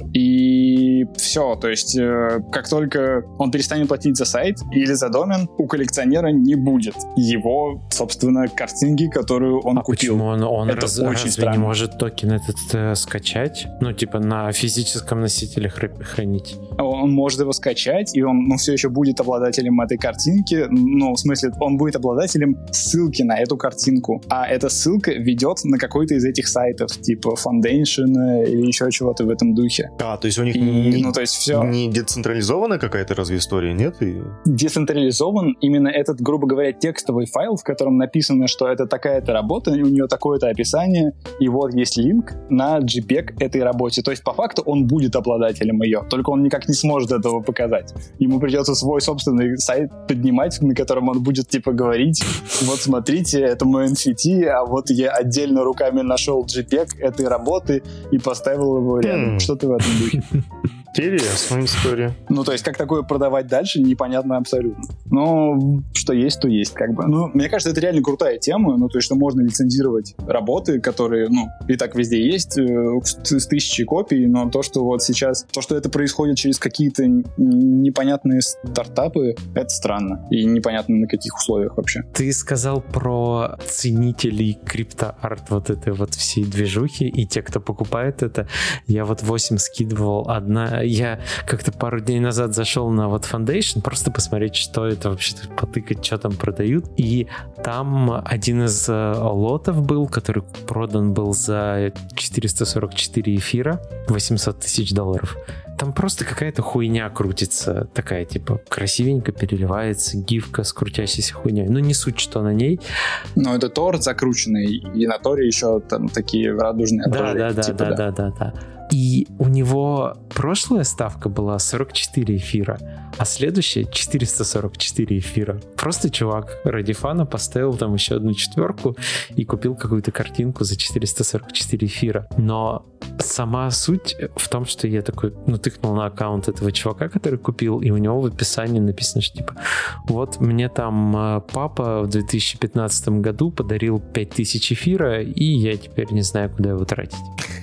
и все. То есть э, как только он перестанет платить за сайт или за домен, у коллекционера не будет его, собственно, картинки, которую он а купил. Почему он, он это раз, очень разве странно. Не может токен этот э, скачать? Ну, типа на физическом носителе хранить? Он может его скачать, и он, ну, все еще будет обладателем этой картинки. Ну, в смысле, он будет обладателем ссылки на эту картинку. А эта ссылка ведет на какой-то из этих сайтов, типа Foundation или еще чего-то в этом духе. А, то есть у них и, не, ну, то есть все... не децентрализованная какая-то разве история, нет? И... Децентрализован именно этот, грубо говоря, текстовый файл, в котором написано, что это такая-то работа, у нее такое-то описание, и вот есть линк на джей-пег этой работе. То есть, по факту, он будет обладателем ее, только он никак не сможет этого показать. Ему придется свой собственный сайт поднимать, на котором он будет, типа, говорить, вот смотрите, это мой эн эф ти, а вот я отдельно руками нашел джей-пег этой работы и поставил его рядом. Mm. Что-то в этом духе. Интересная история. Ну, то есть, как такое продавать дальше, непонятно абсолютно. Но что есть, то есть, как бы. Ну, мне кажется, это реально крутая тема, ну, то есть, что можно лицензировать работы, которые, ну, и так везде есть, э, с тысячей копий, но то, что вот сейчас, то, что это происходит через какие-то непонятные стартапы, это странно. И непонятно, на каких условиях вообще. Ты сказал про ценителей криптоарт вот этой вот всей движухи, и те, кто покупает это. Я вот восемь скидывал, одна... Я как-то пару дней назад зашел на вот Foundation, просто посмотреть, что это вообще, потыкать, что там продают. И там один из э, лотов был, который продан был за четыреста сорок четыре эфира, восемьсот тысяч долларов. Там просто какая-то хуйня крутится, такая, типа, красивенько переливается, гифка с крутящейся хуйней. Ну, не суть, что на ней. Но это торт закрученный, и на торе еще там такие радужные отражения. Да, да, типа, да, да, да, да, да. И у него прошлая ставка была сорок четыре эфира, а следующая четыреста сорок четыре эфира. Просто чувак ради фана поставил там еще одну четверку и купил какую-то картинку за четыреста сорок четыре эфира. Но сама суть в том, что я такой, ну, тыкнул на аккаунт этого чувака, который купил, и у него в описании написано, что типа, вот мне там папа в две тысячи пятнадцатом году подарил пять тысяч эфира, и я теперь не знаю, куда его тратить.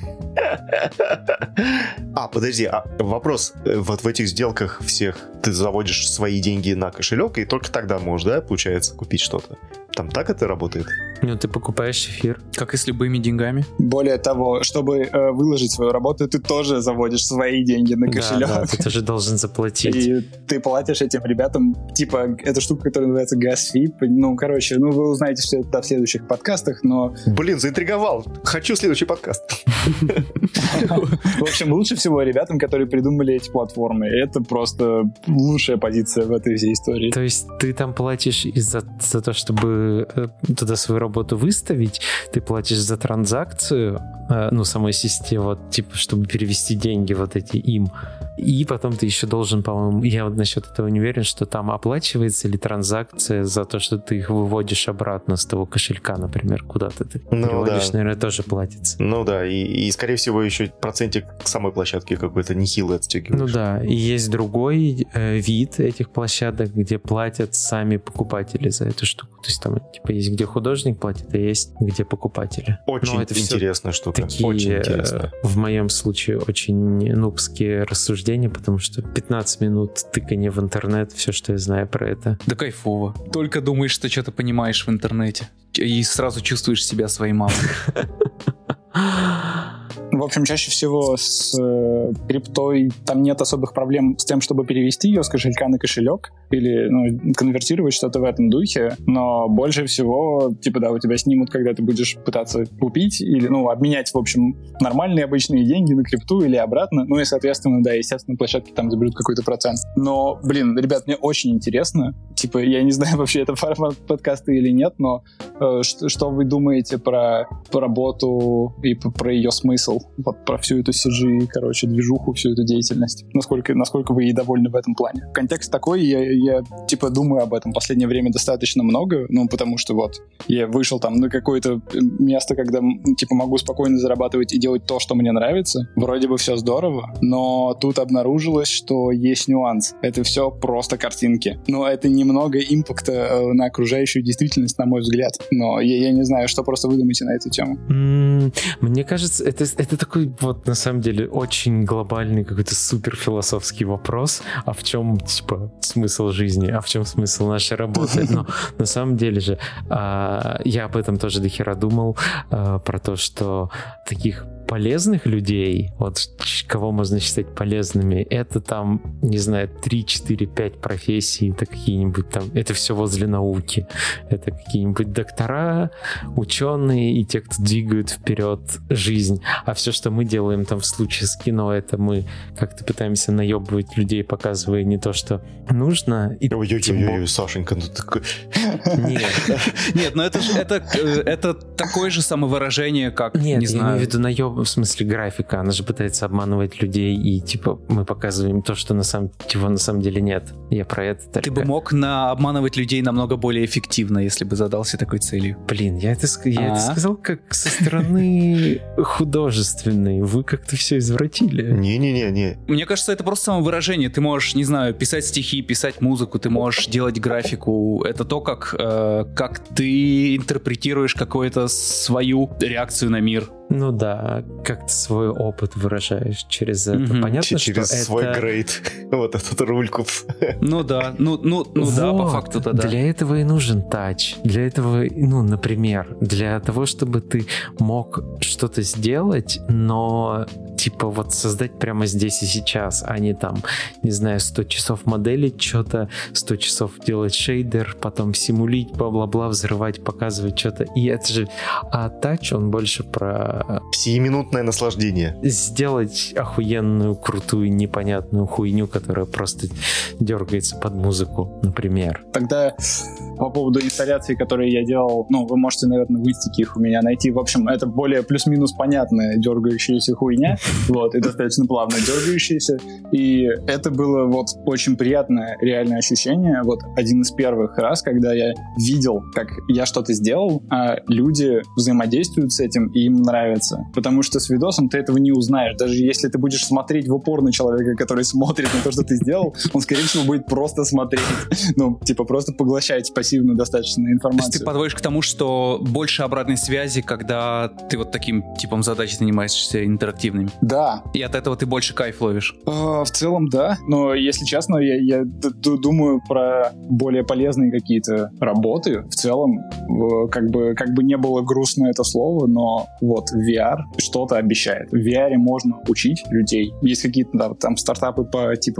А, подожди, а вопрос. Вот в этих сделках всех ты заводишь свои деньги на кошелек, и только тогда можешь, да, получается, купить что-то? Там так это работает? Ну, ты покупаешь эфир. Как и с любыми деньгами. Более того, чтобы э, выложить свою работу, ты тоже заводишь свои деньги на кошелек. Да, да, ты тоже должен заплатить. И ты платишь этим ребятам, типа, эта штука, которая называется gas-fee. Ну, короче, ну, вы узнаете все это в следующих подкастах, но... Блин, заинтриговал. Хочу следующий подкаст. В общем, лучше всего ребятам, которые придумали эти платформы. Это просто лучшая позиция в этой всей истории. То есть ты там платишь из-за за то, чтобы туда свою работу работу выставить, ты платишь за транзакцию, э, ну, самой системе, вот, типа, чтобы перевести деньги вот эти им. И потом ты еще должен, по-моему, я вот насчет этого не уверен, что там оплачивается ли транзакция за то, что ты их выводишь обратно с того кошелька, например, куда-то ты ну, переводишь, да. наверное, тоже платится. Ну да, и, и, скорее всего, еще процентик к самой площадке какой-то нехилый отстегиваешь. Ну да, и есть другой э, вид этих площадок, где платят сами покупатели за эту штуку. То есть там, типа, есть где художник платит, а есть где покупатели. Очень это интересная штука. Такие, очень интересно. В моем случае, очень нубские рассуждения, потому что пятнадцать минут тыкания в интернет, все, что я знаю про это. Да кайфово. Только думаешь, что что-то понимаешь в интернете. И сразу чувствуешь себя своей мамой. В общем, чаще всего с э, криптой там нет особых проблем с тем, чтобы перевести ее с кошелька на кошелек или ну, конвертировать что-то в этом духе, но больше всего, типа, да, у тебя снимут, когда ты будешь пытаться купить или, ну, обменять, в общем, нормальные обычные деньги на крипту или обратно, ну и, соответственно, да, естественно, площадки там заберут какой-то процент. Но, блин, ребят, мне очень интересно, типа, я не знаю, вообще это формат подкаста или нет, но э, что, что вы думаете про, про работу и про ее смысл? Вот про всю эту си джи, короче, движуху, всю эту деятельность. Насколько, насколько вы ей довольны в этом плане? Контекст такой, я, я, типа, думаю об этом в последнее время достаточно много, ну, потому что вот я вышел там на какое-то место, когда, типа, могу спокойно зарабатывать и делать то, что мне нравится. Вроде бы все здорово, но тут обнаружилось, что есть нюанс. Это все просто картинки. Но это немного импакта на окружающую действительность, на мой взгляд. Но я, я не знаю, что просто вы думаете на эту тему. Mm, мне кажется, это, это такой вот, на самом деле, очень глобальный какой-то супер философский вопрос. А в чем, типа, смысл жизни? А в чем смысл нашей работы? Но на самом деле же а, я об этом тоже дохера думал, а, про то, что таких полезных людей, вот кого можно считать полезными, это там, не знаю, три, четыре, пять профессий, это какие-нибудь там, это все возле науки. Это какие-нибудь доктора, ученые и те, кто двигают вперед жизнь. А все, что мы делаем там в случае с кино, это мы как-то пытаемся наебывать людей, показывая не то, что нужно. Ой-ой-ой, Сашенька, ну такой... Нет. Нет, но это это такое же самовыражение, как, не знаю... Нет, я имею в виду наеб в смысле графика, она же пытается обманывать людей, и типа мы показываем то, что на самом, чего на самом деле нет. Я про это только... Ты бы мог на обманывать людей намного более эффективно, если бы задался такой целью. Блин, я это, я это сказал как со стороны художественной. Вы как-то все извратили. Не-не-не-не. Мне кажется, это просто самовыражение. Ты можешь, не знаю, писать стихи, писать музыку, ты можешь делать графику. Это то, как, э, как ты интерпретируешь какую-то свою реакцию на мир. Ну да, как ты свой опыт выражаешь через это. Mm-hmm. Понятно, через что свой это... грейд. Вот этот Рульков. Ну да, ну, ну, ну вот, да, по факту-то да. Для этого и нужен тач. Для этого, ну, например, для того, чтобы ты мог что-то сделать, но типа вот создать прямо здесь и сейчас, а не там, не знаю, сто часов моделить что-то, сто часов делать шейдер, потом симулить, бла-бла-бла, взрывать, показывать что-то. И это же... А тач, он больше про... Сиюминутное наслаждение. Сделать охуенную, крутую, непонятную хуйню, которая просто дергается под музыку, например. Тогда по поводу инсталляций, которые я делал, ну, вы можете, наверное, в инстике их у меня найти. В общем, это более плюс-минус понятная дергающаяся хуйня, вот, и достаточно плавно дергающаяся. И это было вот очень приятное реальное ощущение. Вот один из первых раз, когда я видел, как я что-то сделал, а люди взаимодействуют с этим, и им нравится. Потому что с видосом ты этого не узнаешь. Даже если ты будешь смотреть в упор на человека, который смотрит на то, что ты сделал, он, скорее всего, будет просто смотреть. Ну, типа, просто поглощать пассивно достаточно информацию. То есть ты подводишь к тому, что больше обратной связи, когда ты вот таким типом задач занимаешься интерактивными. Да. И от этого ты больше кайф ловишь. В целом, да. Но, если честно, я, я д- думаю про более полезные какие-то работы. В целом, как бы, как бы не было грустно это слово, но вот ви ар что-то обещает. В ви ар можно учить людей. Есть какие-то да, там стартапы по типа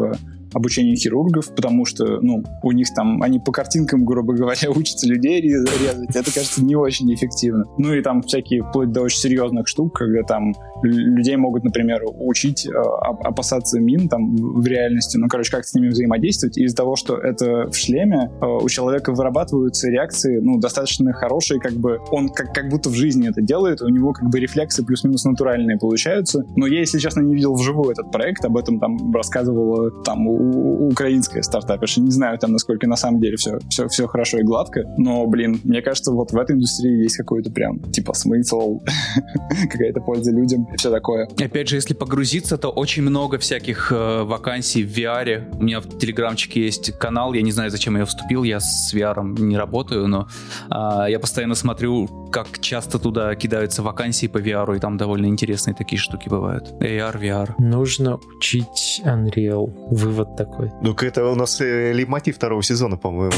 обучению хирургов, потому что, ну, у них там, они по картинкам, грубо говоря, учатся людей резать. Это, кажется, не очень эффективно. Ну и там всякие, вплоть до очень серьезных штук, когда там людей могут, например, учить э, опасаться мин там в реальности, ну, короче, как с ними взаимодействовать. И из-за того, что это в шлеме, э, у человека вырабатываются реакции, ну, достаточно хорошие, как бы он как, как будто в жизни это делает, у него как бы рефлексы плюс-минус натуральные получаются. Но я, если честно, не видел вживую этот проект, об этом там рассказывала там у, у, украинская стартаперша. Не знаю там, насколько на самом деле все, все, все хорошо и гладко, но, блин, мне кажется, вот в этой индустрии есть какой-то прям, типа, смысл, какая-то польза людям и все такое. Опять же, если погрузиться, то очень много всяких э, вакансий в ви ар. У меня в телеграмчике есть канал, я не знаю, зачем я вступил, я с ви ар не работаю, но э, я постоянно смотрю, как часто туда кидаются вакансии по ви ар, и там довольно интересные такие штуки бывают. эй ар, ви ар. Нужно учить Unreal. Вывод такой. Ну-ка, это у нас э, лейтмотив второго сезона, по-моему.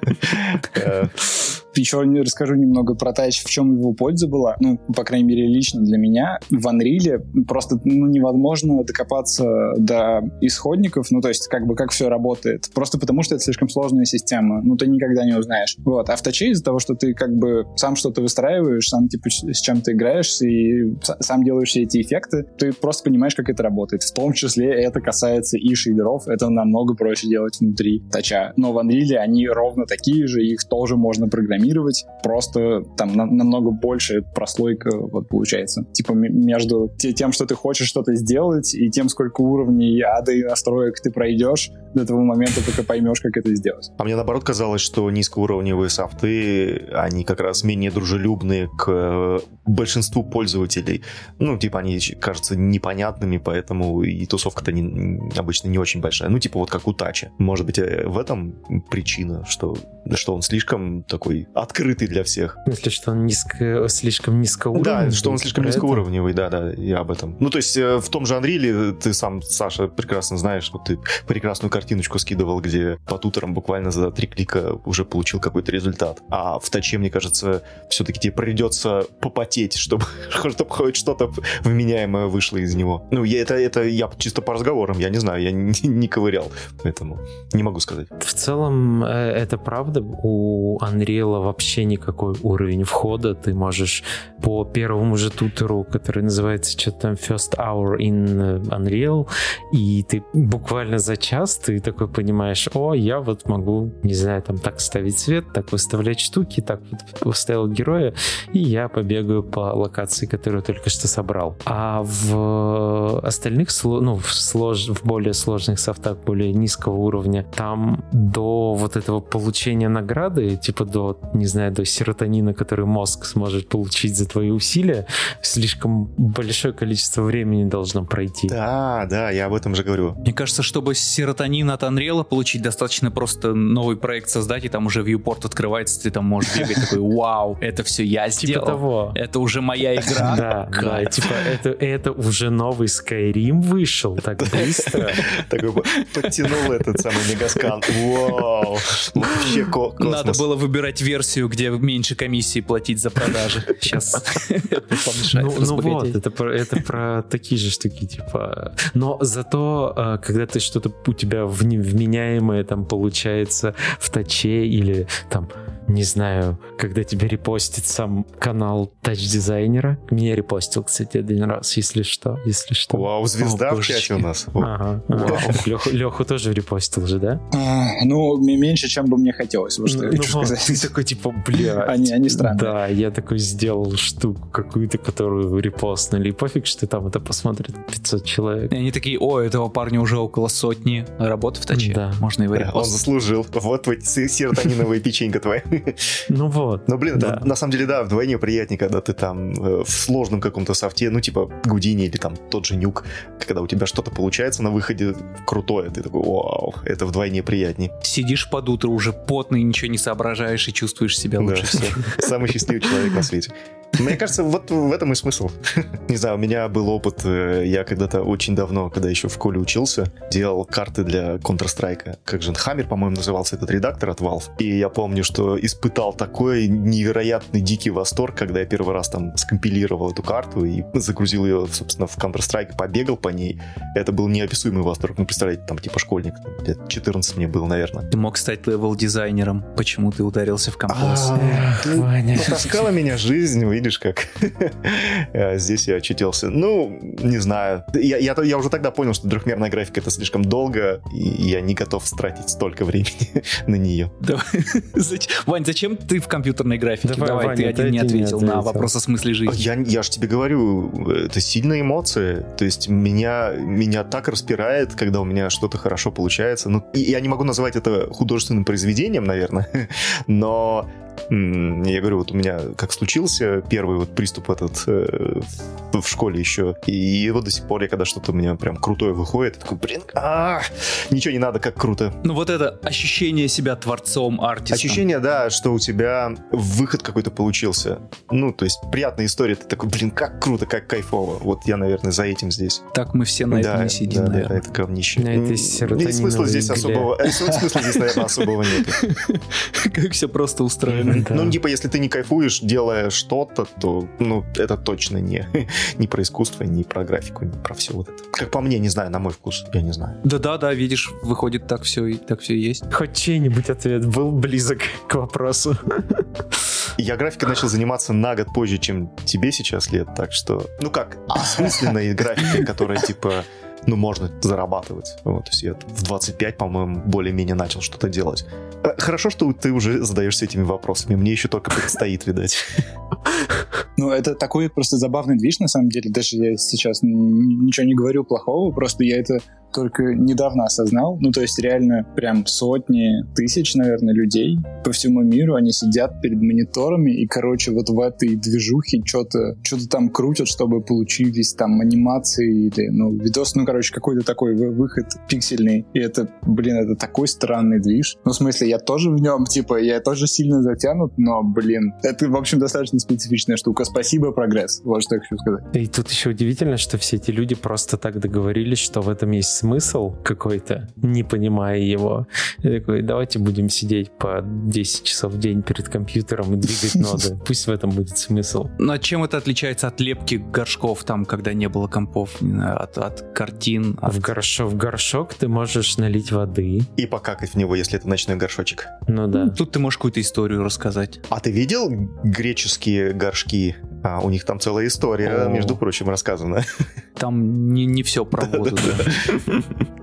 Еще расскажу немного про Touch, в чем его польза была. Ну, по крайней мере, лично для меня. В Unreal просто ну, невозможно докопаться до исходников, ну, то есть, как бы, как все работает. Просто потому, что это слишком сложная система. Ну, ты никогда не узнаешь. Вот. А в Touch из-за того, что ты, как бы, сам что-то выстраиваешь, сам, типа, с чем ты играешь, и сам делаешь все эти эффекты, ты просто понимаешь, как это работает. В том числе это касается и шейдеров. Это намного проще делать внутри Touch. Но в Unreal они ровно такие же, их тоже можно программировать. Просто там на, намного больше прослойка вот получается. Типа м- между тем, что ты хочешь что-то сделать, и тем, сколько уровней ада и настроек ты пройдешь до того момента, пока поймешь, как это сделать. А мне наоборот казалось, что низкоуровневые софты, они как раз менее дружелюбные к большинству пользователей. Ну, типа они кажутся непонятными, поэтому и тусовка-то не, обычно не очень большая. Ну, типа вот как у Тача. Может быть, в этом причина, что, что он слишком такой открытый для всех. В смысле, что он низко, слишком низкоуровневый? Да, что он слишком низкоуровневый, да-да, я об этом. Ну, то есть в том же Unreal ты сам, Саша, прекрасно знаешь, вот ты прекрасную картиночку скидывал, где по туторам буквально за три клика уже получил какой-то результат. А в Таче, мне кажется, все-таки тебе придется попотеть, чтобы, чтобы хоть что-то вменяемое вышло из него. Ну, я, это, это я чисто по разговорам, я не знаю, я не, не ковырял, поэтому не могу сказать. В целом, это правда, у Unreal вообще никакой уровень входа. Ты можешь по первому же тутору, который называется что-то там First Hour in Unreal, и ты буквально за час ты такой понимаешь, о, я вот могу, не знаю, там так ставить цвет, так выставлять штуки, так вот выставил героя, и я побегаю по локации, которую только что собрал. А в остальных, ну, в, слож... в более сложных софтах, более низкого уровня, там до вот этого получения награды, типа до, не знаю, до серотонина, который мозг сможет получить за твои усилия, слишком большое количество времени должно пройти. Да, да, я об этом же говорю. Мне кажется, чтобы серотонин от Unreal получить, достаточно просто новый проект создать, и там уже viewport открывается, ты там можешь бегать такой, вау, это все я сделал. Типа того. Это уже моя игра. Да, да, типа это, это уже новый Skyrim вышел так быстро. Такой подтянул этот самый мегаскан. Вау, вообще космос. Надо было выбирать версию, где меньше комиссии платить за продажи. Сейчас помешает Ну вот, это про такие же штуки, типа. Но зато, когда ты что-то у тебя вменяемое там получается в Таче или там, не знаю, когда тебя репостит сам канал тач-дизайнера. Меня репостил, кстати, один раз, если что, если что. Вау, звезда О, в чате у нас. Ага. ага. Леху, Леху тоже репостил же, да? А, ну, меньше, чем бы мне хотелось, вот что ну, я хочу вот, сказать. Ты такой, типа, бля. Они, они странные. Да, я такой сделал штуку какую-то, которую репостнули. И пофиг, что там это посмотрит пятьсот человек. И они такие, о, этого парня уже около сотни работ в Таче. Да. Можно его репостить. Он заслужил. Вот твой серотониновая печенька твоя. Ну вот. Ну, блин, да. на самом деле, да, вдвойне приятнее, когда ты там э, в сложном каком-то софте, ну, типа Гудини или там тот же Нюк, когда у тебя что-то получается на выходе крутое, ты такой, вау, это вдвойне приятнее. Сидишь под утро уже потный, ничего не соображаешь и чувствуешь себя лучше да. всех. Самый счастливый человек на свете. Мне кажется, вот в этом и смысл. Не знаю, у меня был опыт, я когда-то очень давно, когда еще в школе учился, делал карты для Counter-Strike. Как же, Hammer, по-моему, назывался этот редактор от Valve. И я помню, что испытал такой невероятный дикий восторг, когда я первый раз там скомпилировал эту карту и загрузил ее, собственно, в Counter-Strike, побегал по ней. Это был неописуемый восторг. Ну, представляете, там типа школьник, лет четырнадцать мне был, наверное. Ты мог стать левел-дизайнером. Почему ты ударился в композ? Потаскала меня жизнь, видишь, как здесь я очутился. Ну, не знаю. Я, я, я уже тогда понял, что трехмерная графика — это слишком долго, и я не готов тратить столько времени на нее. Вань, зачем ты в компьютерной графике? Давай, Давай, Ваня, ты один не ответил на вопрос о смысле жизни. Я, я же тебе говорю, это сильные эмоции. То есть меня, меня так распирает, когда у меня что-то хорошо получается. Ну, я не могу назвать это художественным произведением, наверное, но... Я говорю, вот у меня как случился первый вот приступ этот э, в школе еще, и вот до сих пор я, когда что-то у меня прям крутое выходит, я такой, блин, а ничего не надо, как круто. Ну вот это ощущение себя творцом, артистом. Ощущение, да, что у тебя выход какой-то получился. Ну, то есть приятная история, ты такой, блин, как круто, как кайфово. Вот я, наверное, за этим здесь. Так мы все на да, этом и сидим, да, наверное. Да, это говнище. На этой серотониновой смысла здесь игле. особого, смысла здесь, наверное, особого нет. Как все просто устроено. Да. Ну, типа, если ты не кайфуешь, делая что-то, то, ну, это точно не, не про искусство, не про графику, не про все вот это. Как по мне, не знаю, на мой вкус, я не знаю. Да-да-да, видишь, выходит, так все и так все и есть. Хоть чей-нибудь ответ был близок к вопросу. Я графикой начал заниматься на год позже, чем тебе сейчас лет, так что, ну как, осмысленной графикой, которая, типа, ну, можно зарабатывать. Вот, то есть я в двадцать пять, по-моему, более-менее начал что-то делать. Хорошо, что ты уже задаешься этими вопросами. Мне еще только предстоит, видать. Ну, это такой просто забавный движ, на самом деле. Даже я сейчас ничего не говорю плохого, просто я это только недавно осознал. Ну, то есть реально прям сотни тысяч, наверное, людей по всему миру, они сидят перед мониторами и, короче, вот в этой движухе что-то что-то там крутят, чтобы получились там анимации или, ну, видос, ну, короче, какой-то такой выход пиксельный. И это, блин, это такой странный движ. Ну, в смысле, я тоже в нем, типа, я тоже сильно затянут, но, блин, это, в общем, достаточно специфичная штука. Спасибо, прогресс. Вот что я хочу сказать. И тут еще удивительно, что все эти люди просто так договорились, что в этом есть смысл какой-то, не понимая его. Я такой, давайте будем сидеть по десять часов в день перед компьютером и двигать ноды. Пусть в этом будет смысл. Ну, а чем это отличается от лепки горшков, там, когда не было компов, не знаю, от, от картин? От... В, горшок, в горшок ты можешь налить воды. И покакать в него, если это ночной горшочек. Ну да. Тут ты можешь какую-то историю рассказать. А ты видел греческие горшки? А, у них там целая история, О. между прочим, рассказана. Там не, не все про воду, да.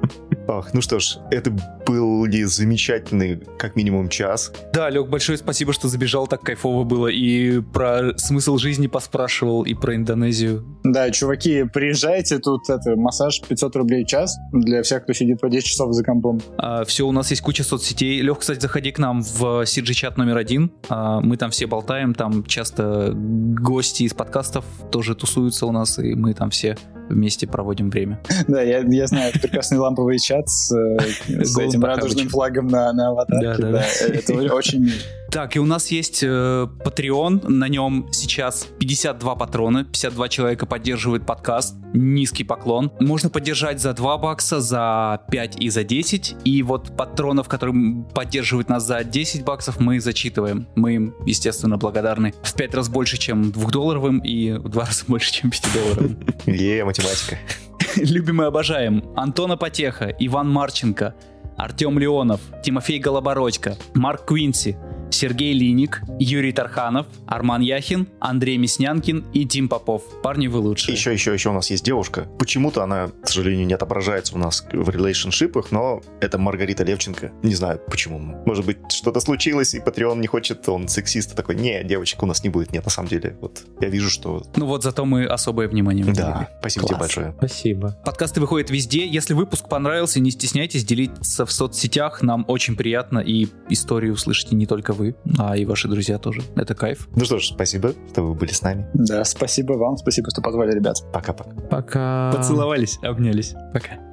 Ах, ну что ж, это были замечательный, как минимум, час. Да, Лёг, большое спасибо, что забежал, так кайфово было. И про смысл жизни поспрашивал, и про Индонезию. Да, чуваки, приезжайте, тут это, массаж пятьсот рублей в час для всех, кто сидит по десять часов за компом. А, все, у нас есть куча соцсетей. Лёг, кстати, заходи к нам в си джи-чат номер один. А, мы там все болтаем, там часто гости из подкастов тоже тусуются у нас, и мы там все вместе проводим время. Да, я, я знаю, прекрасный ламповый чат с, с этим радужным флагом на, на аватарке. Да, да, да. Это очень мило. Так, и у нас есть э, Patreon, на нем сейчас пятьдесят два патрона, пятьдесят два человека поддерживают подкаст, низкий поклон. Можно поддержать за два бакса, за пять и за десять, и вот патронов, которые поддерживают нас за десять баксов, мы зачитываем. Мы им, естественно, благодарны в пять раз больше, чем двухдолларовым, и в два раза больше, чем пятидолларовым. Е, математика. Любим и обожаем Антона Потеха, Иван Марченко, Артем Леонов, Тимофей Голобородько, Марк Квинси, Сергей Линик, Юрий Тарханов, Арман Яхин, Андрей Мяснянкин и Тим Попов. Парни, вы лучшие. Еще, еще, еще у нас есть девушка. Почему-то она, к сожалению, не отображается у нас в релейшншипах, но это Маргарита Левченко. Не знаю, почему. Может быть, что-то случилось, и Patreon не хочет, он сексист, такой, не, девочек у нас не будет. Нет, на самом деле, вот я вижу, что... Ну вот, зато мы особое внимание уделили. Да, спасибо Класс. тебе большое. Спасибо. Подкасты выходят везде. Если выпуск понравился, не стесняйтесь делиться в соцсетях. Нам очень приятно, и историю услышите не только вы, а и ваши друзья тоже. Это кайф. Ну что ж, спасибо, что вы были с нами. Да, спасибо вам, спасибо, что позвали, ребят. Пока-пока. Пока. Поцеловались, обнялись. Пока.